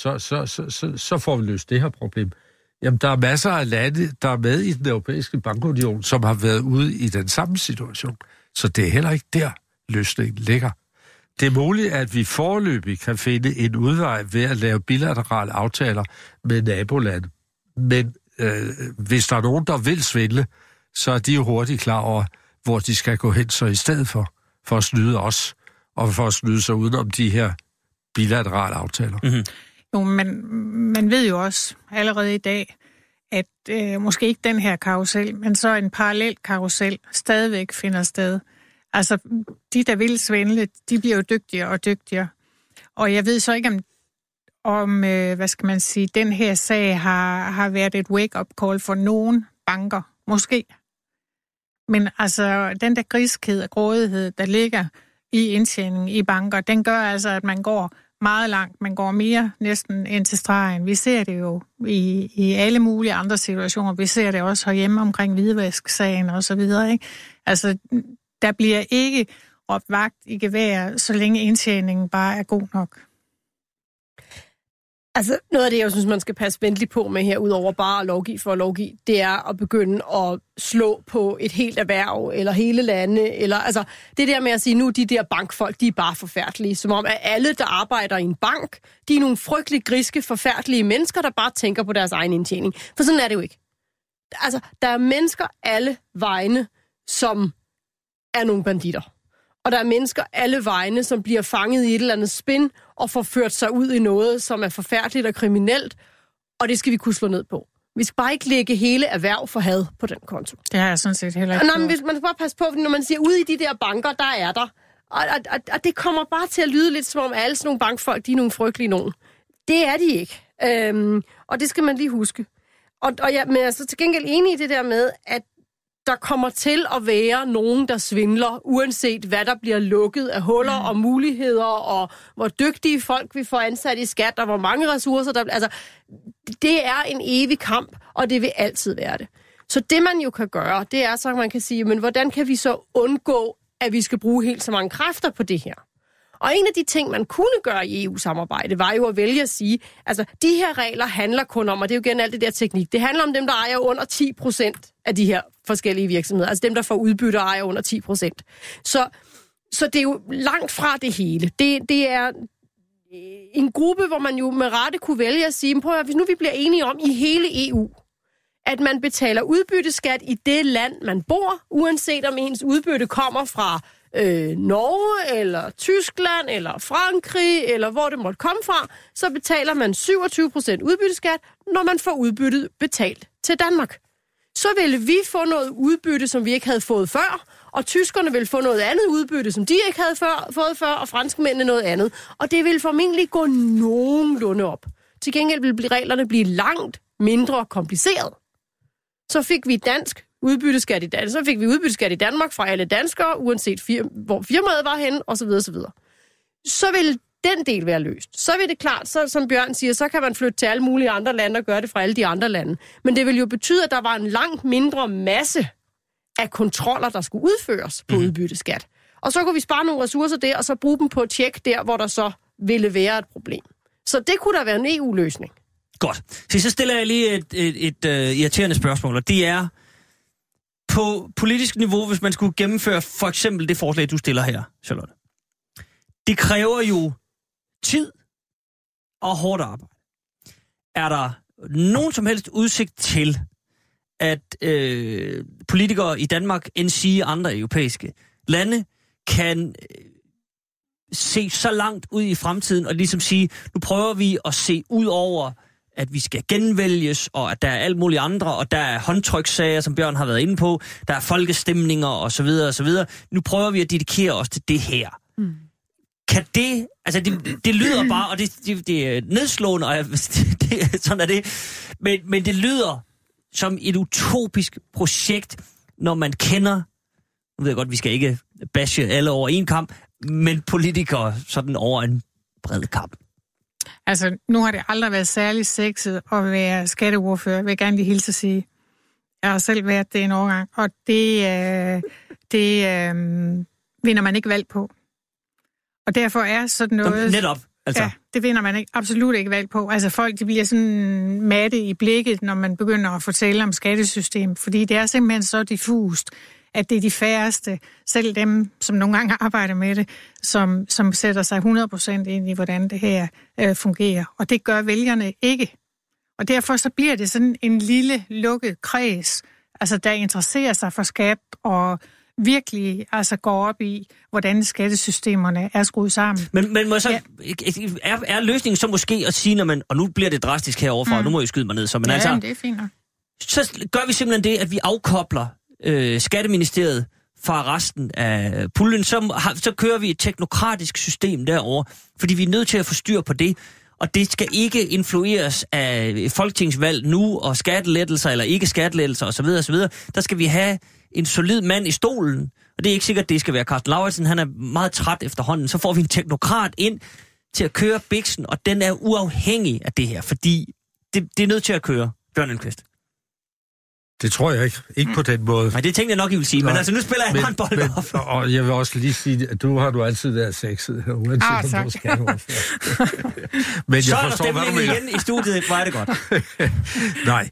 får vi løst det her problem. Jamen, der er masser af lande, der er med i den europæiske bankunion, som har været ude i den samme situation. Så det er heller ikke der, løsningen ligger. Det er muligt, at vi foreløbig kan finde en udvej ved at lave bilaterale aftaler med nabolande. Men hvis der er nogen, der vil svindle, så er de jo hurtigt klar over, hvor de skal gå hen så i stedet for at snyde os, og for at snyde sig udenom de her bilaterale aftaler. Mm-hmm.
Jo, men man ved jo også allerede i dag, at måske ikke den her karusel, men så en parallel karusel stadigvæk finder sted. Altså, de, der vil svindle, de bliver jo dygtigere og dygtigere. Og jeg ved så ikke, om hvad skal man sige, den her sag har været et wake-up call for nogle banker. Måske. Men altså, den der griskhed og grådighed, der ligger i indtjeningen i banker, den gør altså, at man går meget langt. Man går mere næsten ind til stregen. Vi ser det jo i alle mulige andre situationer. Vi ser det også herhjemme omkring hvidvask-sagen og så videre, ikke? Altså, der bliver ikke råbt vagt i gevær, så længe indtjeningen bare er god nok.
Altså, noget af det, jeg synes, man skal passe venligt på med her, udover bare at lovgive for at lovgive, det er at begynde at slå på et helt erhverv, eller hele lande, eller altså, det der med at sige, nu de der bankfolk, de er bare forfærdelige, som om, at alle, der arbejder i en bank, de er nogle frygtelig griske, forfærdelige mennesker, der bare tænker på deres egen indtjening. For sådan er det jo ikke. Altså, der er mennesker alle vegne, som er nogle banditter. Og der er mennesker alle vegne, som bliver fanget i et eller andet spin og får ført sig ud i noget, som er forfærdeligt og kriminelt. Og det skal vi kunne slå ned på. Vi skal bare ikke lægge hele erhverv for had på den konto.
Det har jeg sådan set heller ikke.
Nej, men man skal bare passe på, når man siger, ude i de der banker, der er der. Og det kommer bare til at lyde lidt som om alle sådan nogle bankfolk, de er nogle frygtelige nogen. Det er de ikke. Og det skal man lige huske. Men jeg er så til gengæld enig i det der med, at der kommer til at være nogen, der svindler, uanset hvad der bliver lukket af huller og muligheder, og hvor dygtige folk vi får ansat i skat, og hvor mange ressourcer der... Altså, det er en evig kamp, og det vil altid være det. Så det, man jo kan gøre, det er så, man kan sige, men hvordan kan vi så undgå, at vi skal bruge helt så mange kræfter på det her? Og en af de ting, man kunne gøre i EU-samarbejde, var jo at vælge at sige, altså, de her regler handler kun om, og det er jo igen alt det der teknik, det handler om dem, der ejer under 10% af de her forskellige virksomheder, altså dem, der får udbytte og ejer under 10%. Så det er jo langt fra det hele. Det er en gruppe, hvor man jo med rette kunne vælge at sige, prøv at, hvis nu vi bliver enige om i hele EU, at man betaler udbytteskat i det land, man bor, uanset om ens udbytte kommer fra Norge, eller Tyskland, eller Frankrig, eller hvor det måtte komme fra, så betaler man 27% udbytteskat, når man får udbyttet betalt til Danmark. Så ville vi få noget udbytte, som vi ikke havde fået før, og tyskerne ville få noget andet udbytte, som de ikke havde fået før, og franskmændene noget andet. Og det ville formentlig gå nogenlunde op. Til gengæld ville reglerne blive langt mindre kompliceret. Så fik vi dansk udbytteskat i Danmark. Så fik vi udbytteskat i Danmark fra alle danskere, uanset hvor firmaet var henne, osv. osv. Så vil den del være løst. Så vil det klart, så, som Bjørn siger, så kan man flytte til alle mulige andre lande og gøre det fra alle de andre lande. Men det vil jo betyde, at der var en langt mindre masse af kontroller, der skulle udføres på udbytteskat. Og så kunne vi spare nogle ressourcer der, og så bruge dem på et tjek der, hvor der så ville være et problem. Så det kunne da være en EU-løsning.
Godt. Så stiller jeg lige et irriterende spørgsmål, og det er, på politisk niveau, hvis man skulle gennemføre for eksempel det forslag, du stiller her, Charlotte. Det kræver jo tid og hårdt arbejde. Er der nogen som helst udsigt til, at politikere i Danmark, endsige andre europæiske lande, kan se så langt ud i fremtiden og ligesom sige, nu prøver vi at se ud over, at vi skal genvælges, og at der er alt muligt andre, og der er håndtrykssager, som Bjørn har været inde på, der er folkestemninger osv. osv. Nu prøver vi at dedikere os til det her. Kan det, altså det lyder bare, og det er nedslående, og sådan er det, men det lyder som et utopisk projekt, når man kender, nu ved jeg godt, vi skal ikke bashe alle over en kamp, men politikere sådan over en bred kamp.
Altså, nu har det aldrig været særlig sexet at være skatteordfører, vil jeg gerne lige hilse at sige. Jeg har selv været det en årgang, og det vinder man ikke valg på. Og derfor er sådan noget...
Netop, altså.
Ja, det vinder man absolut ikke valg på. Altså, folk de bliver sådan matte i blikket, når man begynder at fortælle om skattesystem, fordi det er simpelthen så diffust, at det er de færreste, selv dem, som nogle gange arbejder med det, som sætter sig 100% ind i, hvordan det her fungerer. Og det gør vælgerne ikke. Og derfor så bliver det sådan en lille lukket kreds, altså der interesserer sig for skat og virkelig altså går op i, hvordan skattesystemerne er skruet sammen.
Men må så, er løsningen så måske at sige, når man, og nu bliver det drastisk heroverfra, nu må jeg skyde mig ned, så, men altså,
det er fint nok.
Så gør vi simpelthen det, at vi afkobler Skatteministeriet fra resten af puljen, så kører vi et teknokratisk system derover, fordi vi er nødt til at få styr på det, og det skal ikke influeres af folketingsvalg nu, og skattelettelser eller ikke skattelettelser osv. osv. Der skal vi have en solid mand i stolen, og det er ikke sikkert, at det skal være Carsten Lauritsen, han er meget træt efterhånden, så får vi en teknokrat ind til at køre biksen, og den er uafhængig af det her, fordi det er nødt til at køre. Bjørn Elmqvist.
Det tror jeg ikke. Ikke på den måde.
Nej, det tænkte jeg nok, I vil sige. Men altså, nu spiller jeg håndbold op.
Og jeg vil også lige sige, at du har altid været sexet, uanset om du skal Men
så
jeg
er der stemning igen i studiet. Hvor er det godt.
Nej.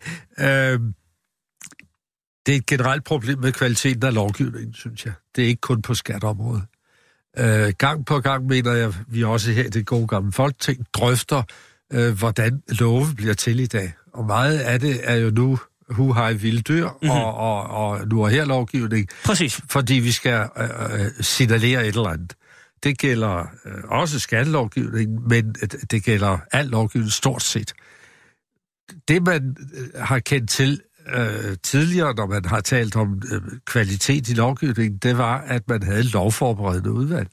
Det er et generelt problem med kvaliteten af lovgivningen, synes jeg. Det er ikke kun på skatteområdet. Gang på gang mener jeg, vi også her i det gode gamle Folketing drøfter, hvordan love bliver til i dag. Og meget af det er jo nu huhej vilde dyr, og nu er her lovgivning.
Præcis.
Fordi vi skal signalere et eller andet. Det gælder også skattelovgivning, men det gælder al lovgivning stort set. Det, man har kendt til tidligere, når man har talt om kvalitet i lovgivningen, det var, at man havde lovforberedende udvalg,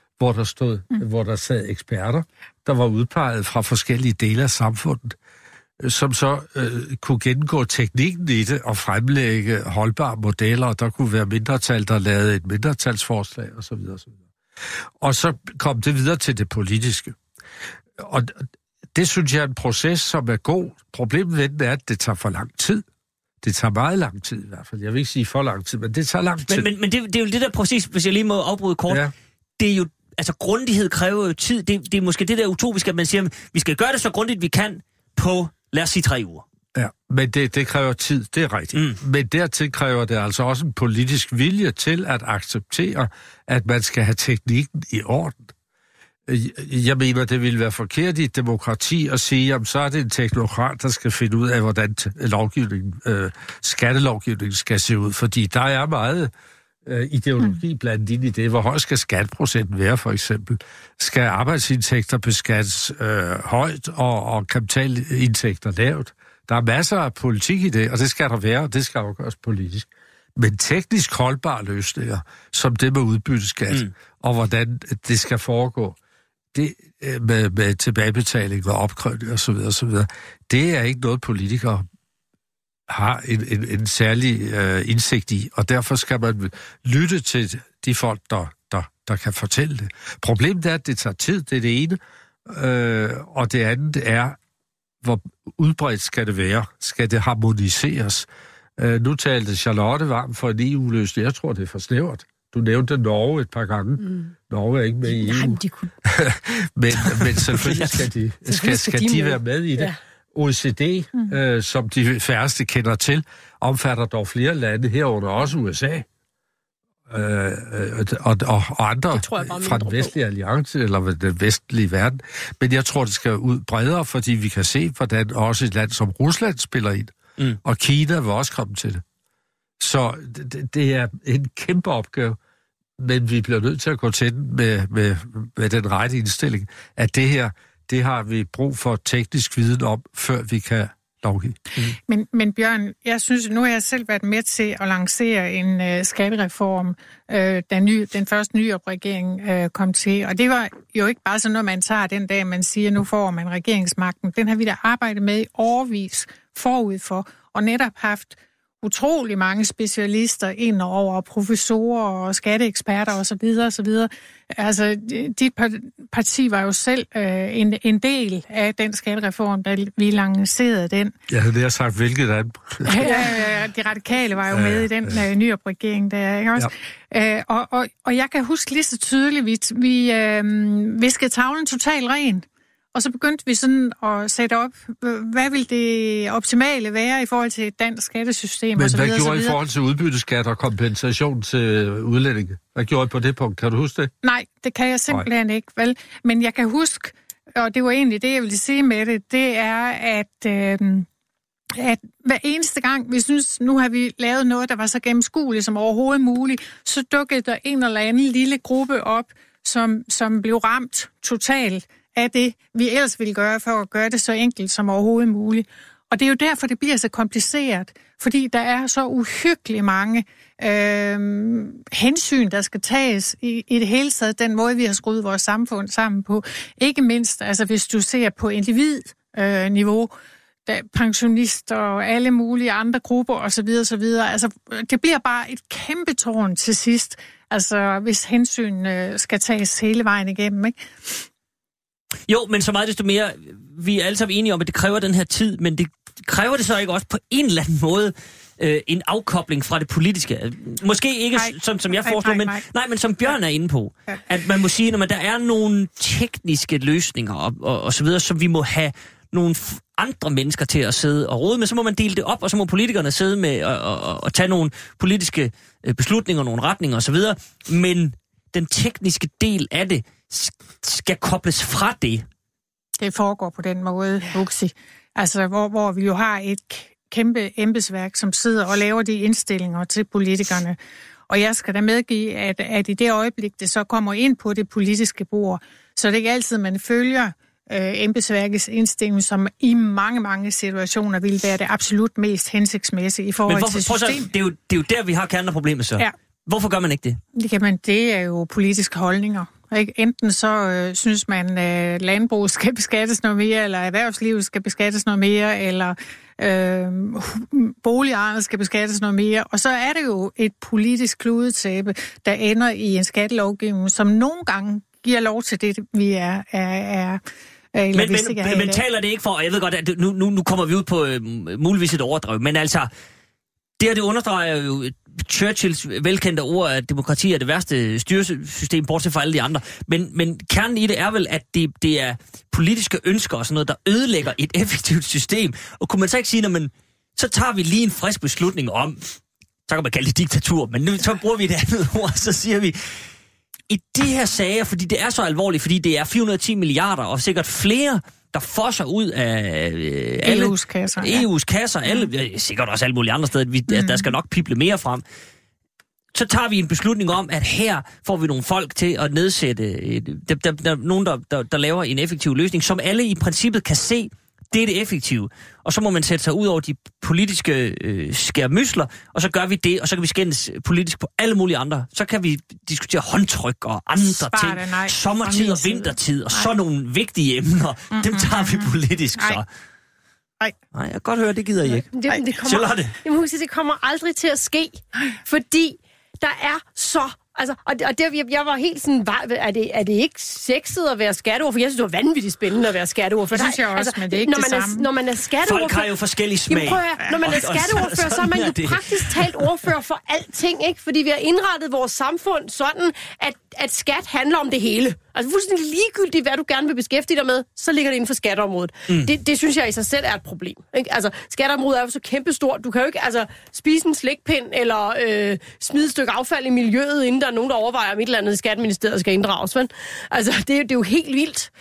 hvor der sad eksperter, der var udpeget fra forskellige dele af samfundet, som så kunne gennemgå teknikken i det og fremlægge holdbare modeller. Der kunne være mindretal, der lavede et mindretalsforslag osv. Og så kom det videre til det politiske. Og det synes jeg er en proces, som er god. Problemet ved den er, at det tager for lang tid. Det tager meget lang tid i hvert fald. Jeg vil ikke sige for lang tid, men det tager lang tid.
Men det er jo det der præcis, hvis jeg lige må afbryde kort. Ja. Det er jo, altså grundighed kræver jo tid. Det er måske det der utopiske, at man siger, at vi skal gøre det så grundigt, vi kan på, lad os sige, 3 uger.
Ja, men det kræver tid, det er rigtigt. Men dertil kræver det altså også en politisk vilje til at acceptere, at man skal have teknikken i orden. Jeg mener, det ville være forkert i et demokrati at sige, at så er det en teknokrat, der skal finde ud af, hvordan skattelovgivningen skal se ud. Fordi der er meget ideologi blandt ind i det. Hvor høj skal skatteprocenten være, for eksempel? Skal arbejdsindtægter beskattes højt og kapitalindtægter lavt? Der er masser af politik i det, og det skal der være, og det skal afgøres politisk. Men teknisk holdbare løsninger, som det med udbytteskat, og hvordan det skal foregå, det med tilbagebetaling og opkrævning osv., det er ikke noget, politikere har en særlig indsigt i, og derfor skal man lytte til de folk, der kan fortælle det. Problemet er, at det tager tid, det er det ene, og det andet er, hvor udbredt skal det være? Skal det harmoniseres? Nu talte Charlotte varmt for en EU-løsning. Jeg tror, det er for snævert. Du nævnte Norge et par gange. Norge er ikke med i EU. Nej, de kunne... men selvfølgelig skal de være med i det. Ja. OECD, som de færreste kender til, omfatter dog flere lande, herunder også USA. Og andre fra den vestlige alliance, eller den vestlige verden. Men jeg tror, det skal ud bredere, fordi vi kan se, hvordan også et land som Rusland spiller ind. Og Kina vil også komme til det. Så det er en kæmpe opgave, men vi bliver nødt til at gå til den med den rette indstilling, at det her, det har vi brug for teknisk viden om, før vi kan lovgive.
Men Bjørn, jeg synes, nu har jeg selv været med til at lancere en skattereform, da den første nye regering kom til. Og det var jo ikke bare sådan noget, man tager den dag, man siger, nu får man regeringsmagten. Den har vi da arbejdet med i årevis forud for, og netop haft utrolig mange specialister ind over, professorer og skatteeksperter osv. Altså, dit parti var jo selv en del af den skattereform, da vi lancerede den.
Jeg havde lige sagt, hvilket er det?
Ja, de radikale var jo med i den nye regering der, ikke også? Ja. Og jeg kan huske lige så tydeligt, vi viskede tavlen totalt ren. Og så begyndte vi sådan at sætte op, hvad vil det optimale være i forhold til et dansk skattesystem?
Men
og så
hvad
videre,
gjorde I forhold til udbytteskat og kompensation til udlændinge? Hvad gjorde I på det punkt? Kan du huske det?
Nej, det kan jeg simpelthen ikke, vel? Men jeg kan huske, og det var egentlig det, jeg ville sige med det er, at hver eneste gang, vi synes, nu har vi lavet noget, der var så gennemskueligt som overhovedet muligt, så dukkede der en eller anden lille gruppe op, som blev ramt totalt af det, vi ellers ville gøre for at gøre det så enkelt som overhovedet muligt. Og det er jo derfor, det bliver så kompliceret, fordi der er så uhyggeligt mange hensyn, der skal tages i det hele taget, den måde, vi har skruet vores samfund sammen på. Ikke mindst, altså hvis du ser på individniveau, pensionister og alle mulige andre grupper osv. Altså, det bliver bare et kæmpe tårn til sidst, altså hvis hensyn skal tages hele vejen igennem, ikke?
Jo, men så meget desto mere, vi er alle sammen enige om, at det kræver den her tid, men kræver det så ikke også på en eller anden måde en afkobling fra det politiske? Måske ikke som jeg foreslår, men som Bjørn er inde på. Ja. At man må sige, når der er nogle tekniske løsninger og så videre, som vi må have nogle andre mennesker til at sidde og rode med, så må man dele det op, og så må politikerne sidde med og tage nogle politiske beslutninger, nogle retninger og så videre. Men den tekniske del af det skal kobles fra det.
Det foregår på den måde, Huxi. Altså, hvor vi jo har et kæmpe embedsværk, som sidder og laver de indstillinger til politikerne. Og jeg skal da medgive, at i det øjeblik, det så kommer ind på det politiske bord, så er det ikke altid, man følger embedsværkets indstilling, som i mange, mange situationer vil være det absolut mest hensigtsmæssige i forhold til systemet.
Det er jo der, vi har kernen af problemet så. Ja. Hvorfor gør man ikke det?
Jamen, det er jo politiske holdninger. Ikke? Enten så synes man, at landbruget skal beskattes noget mere, eller erhvervslivet skal beskattes noget mere, eller boligejerne skal beskattes noget mere. Og så er det jo et politisk kludetæppe, der ender i en skattelovgivning, som nogle gange giver lov til det, vi er
men taler det ikke for, og jeg ved godt, at nu kommer vi ud på muligvis et overdrev, men altså, det understreger jo Churchills velkendte ord, at demokrati er det værste styresystem, bortset fra alle de andre. Men kernen i det er vel, at det er politiske ønsker og sådan noget, der ødelægger et effektivt system. Og kunne man så ikke sige, så tager vi lige en frisk beslutning om, så kan man kalde det diktatur, men nu så bruger vi et andet ord, så siger vi, i de her sager, fordi det er så alvorligt, fordi det er 410 milliarder, og sikkert flere, der fosser ud af
EU's kasser.
EU's kasser, sikkert også alle mulige andre steder, der skal nok pible mere frem. Så tager vi en beslutning om, at her får vi nogle folk til at nedsætte, nogen, der laver en effektiv løsning, som alle i princippet kan se, det er det effektive. Og så må man sætte sig ud over de politiske skærmysler, og så gør vi det, og så kan vi skændes politisk på alle mulige andre. Så kan vi diskutere håndtryk og andre ting. Sommertid og vintertid, og så nogle vigtige emner. Dem tager vi politisk, så. Nej, jeg kan godt høre, det gider I ikke.
Det kommer aldrig til at ske, fordi der er så... Altså, og jeg var helt sådan, er det ikke sexet at være skatteordfører? For jeg synes, det var vanvittigt spændende at være skatteordfører.
Det synes jeg også, men det er ikke det samme.
Når man er skatteordfører...
Folk har jo forskellige smag.
Når man er skatteordfører, så er man jo praktisk talt ordfører for alting, ikke? Fordi vi har indrettet vores samfund sådan, at skat handler om det hele. Altså fuldstændig ligegyldigt, hvad du gerne vil beskæftige dig med, så ligger det inden for skatteområdet. Det synes jeg i sig selv er et problem. Ikke? Altså, skatteområdet er jo så kæmpestort. Du kan jo ikke spise en slikpind eller smide et stykke affald i miljøet, inden der er nogen, der overvejer, om et eller andet skatteministeriet skal inddrages. Men? Altså, det er jo helt vildt.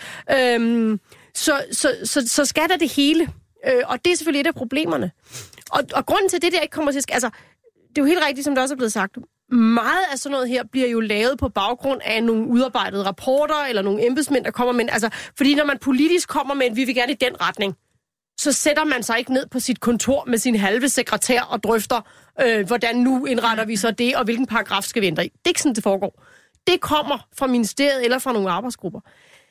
Så skat er det hele. Og det er selvfølgelig et af problemerne. Og grunden til det, der ikke kommer til... Altså, det er jo helt rigtigt, som det også er blevet sagt. Meget af sådan noget her bliver jo lavet på baggrund af nogle udarbejdede rapporter, eller nogle embedsmænd, der kommer med... Altså, fordi når man politisk kommer med, at vi vil gerne i den retning, så sætter man sig ikke ned på sit kontor med sin halve sekretær og drøfter, hvordan nu indretter vi så det, og hvilken paragraf skal vi ændre i. Det er ikke sådan, det foregår. Det kommer fra ministeriet eller fra nogle arbejdsgrupper.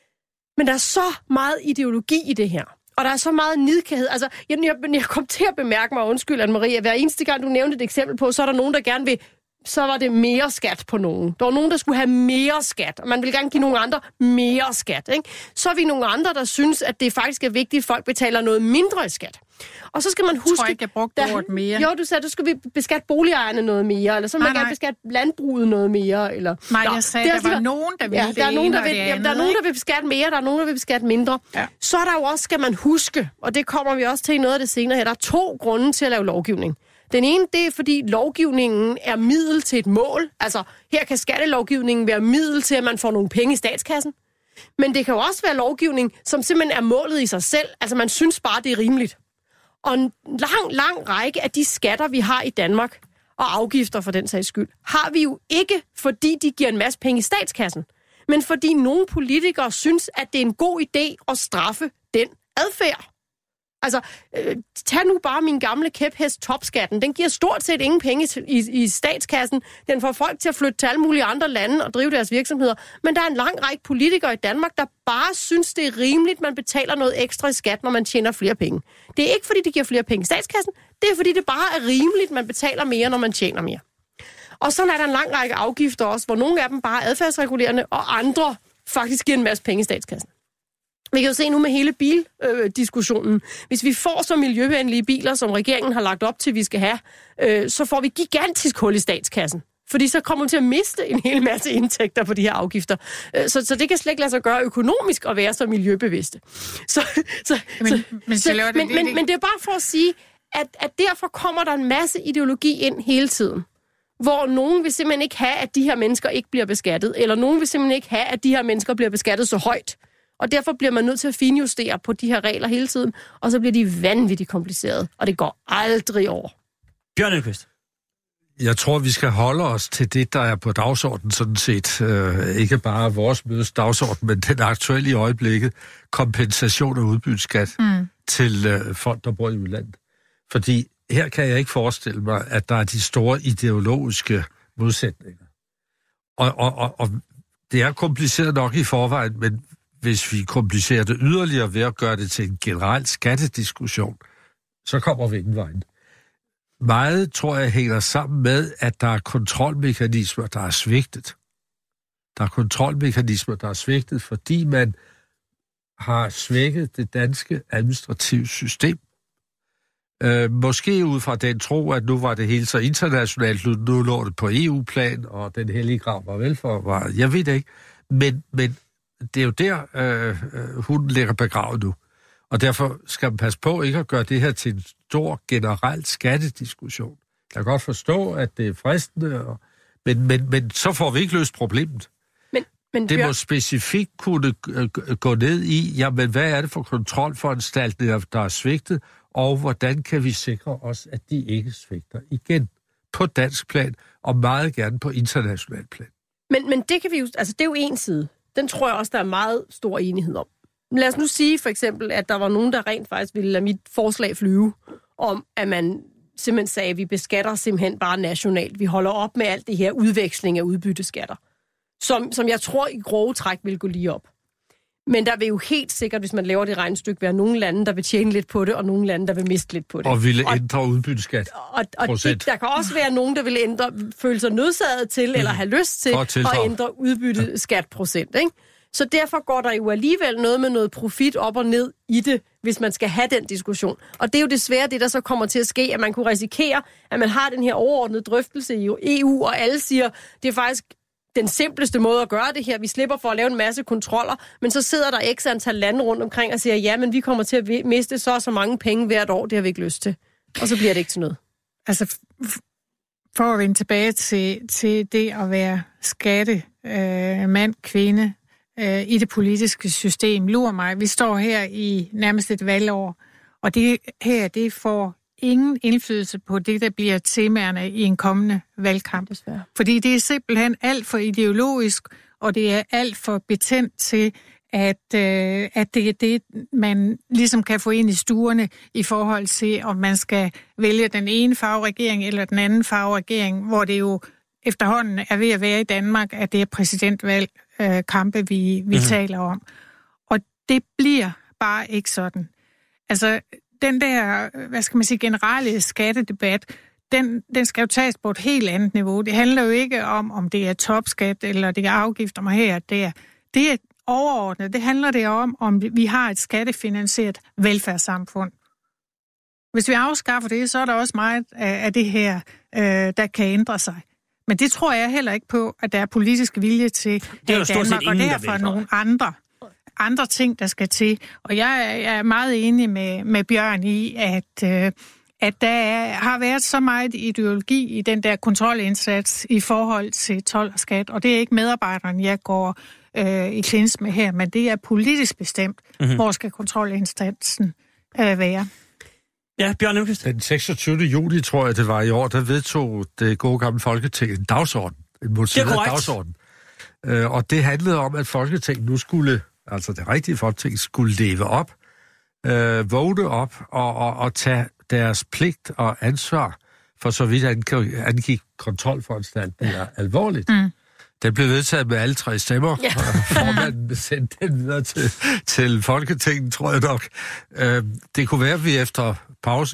Men der er så meget ideologi i det her. Og der er så meget nidkærhed. Altså, jeg kom til at bemærke mig, undskyld, Anne-Marie, at hver eneste gang, du nævnte et eksempel på, så er der nogen, der gerne vil... Så var det mere skat på nogen. Der var nogen, der skulle have mere skat, og man vil gerne give nogle andre mere skat. Ikke? Så er vi nogle andre, der synes, at det faktisk er vigtigt, at folk betaler noget mindre i skat. Og så skal man huske... Jeg tror ikke,
jeg brugte ordet mere.
Jo, du sagde, at skal vi beskatte boligejerne noget mere, eller så må man gerne beskatte landbruget noget mere. Eller...
Nej, jeg sagde, der var nogen, der ville
der er nogen, der vil beskatte mere, der er nogen, der vil beskatte mindre. Ja. Så er der jo også, skal man huske, og det kommer vi også til i noget af det senere her, der er 2 grunde til at lave lovgivning. Den ene, det er, fordi lovgivningen er middel til et mål. Altså, her kan skattelovgivningen være middel til, at man får nogle penge i statskassen. Men det kan jo også være lovgivning, som simpelthen er målet i sig selv. Altså, man synes bare, det er rimeligt. Og en lang række af de skatter, vi har i Danmark, og afgifter for den sags skyld, har vi jo ikke, fordi de giver en masse penge i statskassen, men fordi nogle politikere synes, at det er en god idé at straffe den adfærd. Altså, tag nu bare min gamle kæphest topskatten. Den giver stort set ingen penge i statskassen. Den får folk til at flytte til alle mulige andre lande og drive deres virksomheder. Men der er en lang række politikere i Danmark, der bare synes, det er rimeligt, man betaler noget ekstra i skat, når man tjener flere penge. Det er ikke, fordi det giver flere penge i statskassen. Det er, fordi det bare er rimeligt, man betaler mere, når man tjener mere. Og så er der en lang række afgifter også, hvor nogle af dem bare er adfærdsregulerende, og andre faktisk giver en masse penge i statskassen. Vi kan jo se nu med hele bildiskussionen. Hvis vi får så miljøvenlige biler, som regeringen har lagt op til, vi skal have, så får vi gigantisk hul i statskassen. Fordi så kommer man til at miste en hel masse indtægter på de her afgifter. Så det kan slet ikke lade sig gøre økonomisk at være så miljøbevidste. Men det er bare for at sige, at derfor kommer der en masse ideologi ind hele tiden. Hvor nogen vil simpelthen ikke have, at de her mennesker ikke bliver beskattet, eller nogen vil simpelthen ikke have, at de her mennesker bliver beskattet så højt. Og derfor bliver man nødt til at finjustere på de her regler hele tiden, og så bliver de vanvittigt komplicerede, og det går aldrig over.
Bjørn Elmqvist.
Jeg tror, vi skal holde os til det, der er på dagsordenen sådan set. Ikke bare vores mødes dagsorden, men den aktuelle i øjeblikket. Kompensation af udbytteskat til folk, der bor i udlandet. Fordi her kan jeg ikke forestille mig, at der er de store ideologiske modsætninger. Og det er kompliceret nok i forvejen, men hvis vi komplicerer det yderligere ved at gøre det til en generel skattediskussion, så kommer vi ingen vejen. Meget, tror jeg, hænger sammen med, at der er kontrolmekanismer, der er svigtet. Der er kontrolmekanismer, der er svigtet, fordi man har svækket det danske administrative system. Måske ud fra den tro, at nu var det hele så internationalt, nu lå det på EU-plan, og den hellige grav var vel for, jeg ved det ikke. Men det er jo der, hun ligger begravet nu. Og derfor skal man passe på ikke at gøre det her til en stor generel skattediskussion. Jeg kan godt forstå, at det er fristende, men så får vi ikke løst problemet. Men det må specifikt kunne gå ned i, jamen hvad er det for kontrolforanstaltninger, der er svigtet, og hvordan kan vi sikre os, at de ikke svigter igen på dansk plan, og meget gerne på international plan.
Men det kan vi jo, altså det er jo en side. Den tror jeg også, der er meget stor enighed om. Lad os nu sige for eksempel, at der var nogen, der rent faktisk ville lade mit forslag flyve, om at man simpelthen sagde, at vi beskatter simpelthen bare nationalt. Vi holder op med alt det her udveksling af udbytteskatter, som jeg tror i grove træk vil gå lige op. Men der vil jo helt sikkert, hvis man laver det regnestykke, være nogle lande, der vil tjene lidt på det, og nogle lande, der vil miste lidt på det.
Og ville ændre udbytteskat.
Og der kan også være nogen, der vil føle sig nødsaget til, eller have lyst til at ændre udbytteskatprocent, ikke? Så derfor går der jo alligevel noget med noget profit op og ned i det, hvis man skal have den diskussion. Og det er jo desværre det, der så kommer til at ske, at man kunne risikere, at man har den her overordnede drøftelse i EU, og alle siger, det er faktisk den simpleste måde at gøre det her. Vi slipper for at lave en masse kontroller, men så sidder der x antal lande rundt omkring og siger, ja, men vi kommer til at miste så mange penge hvert år, det har vi ikke lyst til. Og så bliver det ikke til noget.
Altså, for at vende tilbage til det at være mand, kvinde, i det politiske system. Lurer mig, vi står her i nærmest et valgår, og det får ingen indflydelse på det, der bliver temaerne i en kommende valgkamp. Desværre. Fordi det er simpelthen alt for ideologisk, og det er alt for betændt til, at det er det, man ligesom kan få ind i stuerne i forhold til, om man skal vælge den ene farveregering eller den anden farveregering, hvor det jo efterhånden er ved at være i Danmark, at det er præsidentvalgkampe, vi taler om. Og det bliver bare ikke sådan. Altså, den der, generelle skattedebat, den skal jo tages på et helt andet niveau. Det handler jo ikke om det er topskat, eller det er afgifter mig her og der. Det er overordnet. Det handler det om vi har et skattefinansieret velfærdssamfund. Hvis vi afskaffer det, så er der også meget af det her, der kan ændre sig. Men det tror jeg heller ikke på, at der er politisk vilje til i Danmark, og derfor nogle andre ting, der skal til. Og jeg er meget enig med Bjørn i, at der har været så meget ideologi i den der kontrolindsats i forhold til told og skat, og det er ikke medarbejderne, jeg går i klins med her, men det er politisk bestemt, hvor skal kontrolindsatsen være.
Ja, Bjørn Elmqvist.
Den 26. juli, tror jeg, det var i år, der vedtog det gode gamle Folketing en dagsorden. En motiveret dagsorden. Og det handlede om, at Folketinget nu skulle, altså det rigtige Folketing, skulle leve op, vågne op og tage deres pligt og ansvar for så vidt angik kontrolforanstaltninger alvorligt. Den blev vedtaget med alle 3 stemmer, og formanden sendte den videre til Folketinget, tror jeg nok. Det kunne være, at vi efter pausen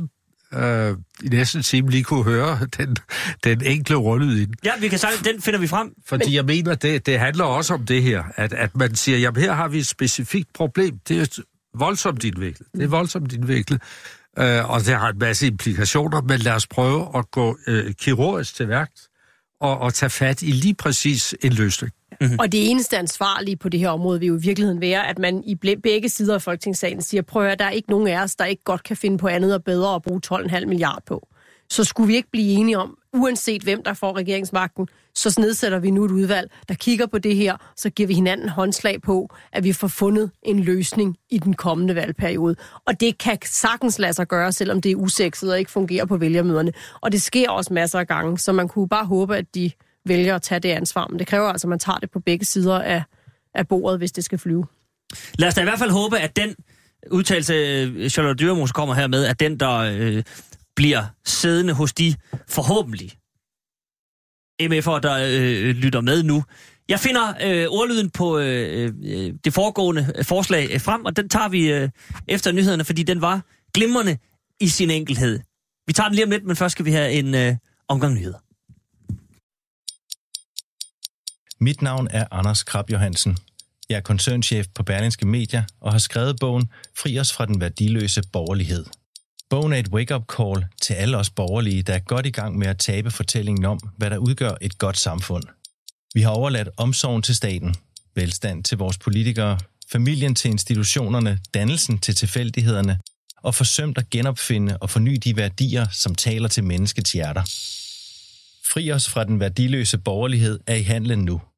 i næsten en time lige kunne høre den enkle ordlyd i den.
Ja, vi kan sige, den finder vi frem.
Fordi jeg mener, det handler også om det her, at man siger, jamen her har vi et specifikt problem. Det er voldsomt indviklet. Det er voldsomt indviklet. Og det har en masse implikationer, men lad os prøve at gå kirurgisk til værks og tage fat i lige præcis en løsning.
Mm-hmm. Og det eneste ansvarlige på det her område vil jo i virkeligheden være, at man i begge sider af Folketingssalen siger, prøv at der er ikke nogen af os, der ikke godt kan finde på andet og bedre at bruge 12,5 milliarder på. Så skulle vi ikke blive enige om, uanset hvem der får regeringsmagten, så nedsætter vi nu et udvalg, der kigger på det her, så giver vi hinanden håndslag på, at vi får fundet en løsning i den kommende valgperiode. Og det kan sagtens lade sig gøre, selvom det er usekset og ikke fungerer på vælgermøderne. Og det sker også masser af gange, så man kunne bare håbe, at de vælger at tage det ansvar. Men det kræver altså, at man tager det på begge sider af bordet, hvis det skal flyve.
Lad os da i hvert fald håbe, at den udtalelse, Charlotte Dyremose kommer her med, at den, der bliver siddende hos de forhåbentlig MF'er, der lytter med nu. Jeg finder ordlyden på det foregående forslag frem, og den tager vi efter nyhederne, fordi den var glimrende i sin enkelhed. Vi tager den lige om lidt, men først skal vi have en omgang nyheder.
Mit navn er Anders Krab Johansen. Jeg er koncernchef på Berlingske Media og har skrevet bogen Fri os fra den værdiløse borgerlighed. Bogen er et wake-up call til alle os borgerlige, der er godt i gang med at tabe fortællingen om, hvad der udgør et godt samfund. Vi har overladt omsorgen til staten, velstand til vores politikere, familien til institutionerne, dannelsen til tilfældighederne og forsømt at genopfinde og forny de værdier, som taler til menneskets hjerter. Fri os fra den værdiløse borgerlighed er i handlen nu.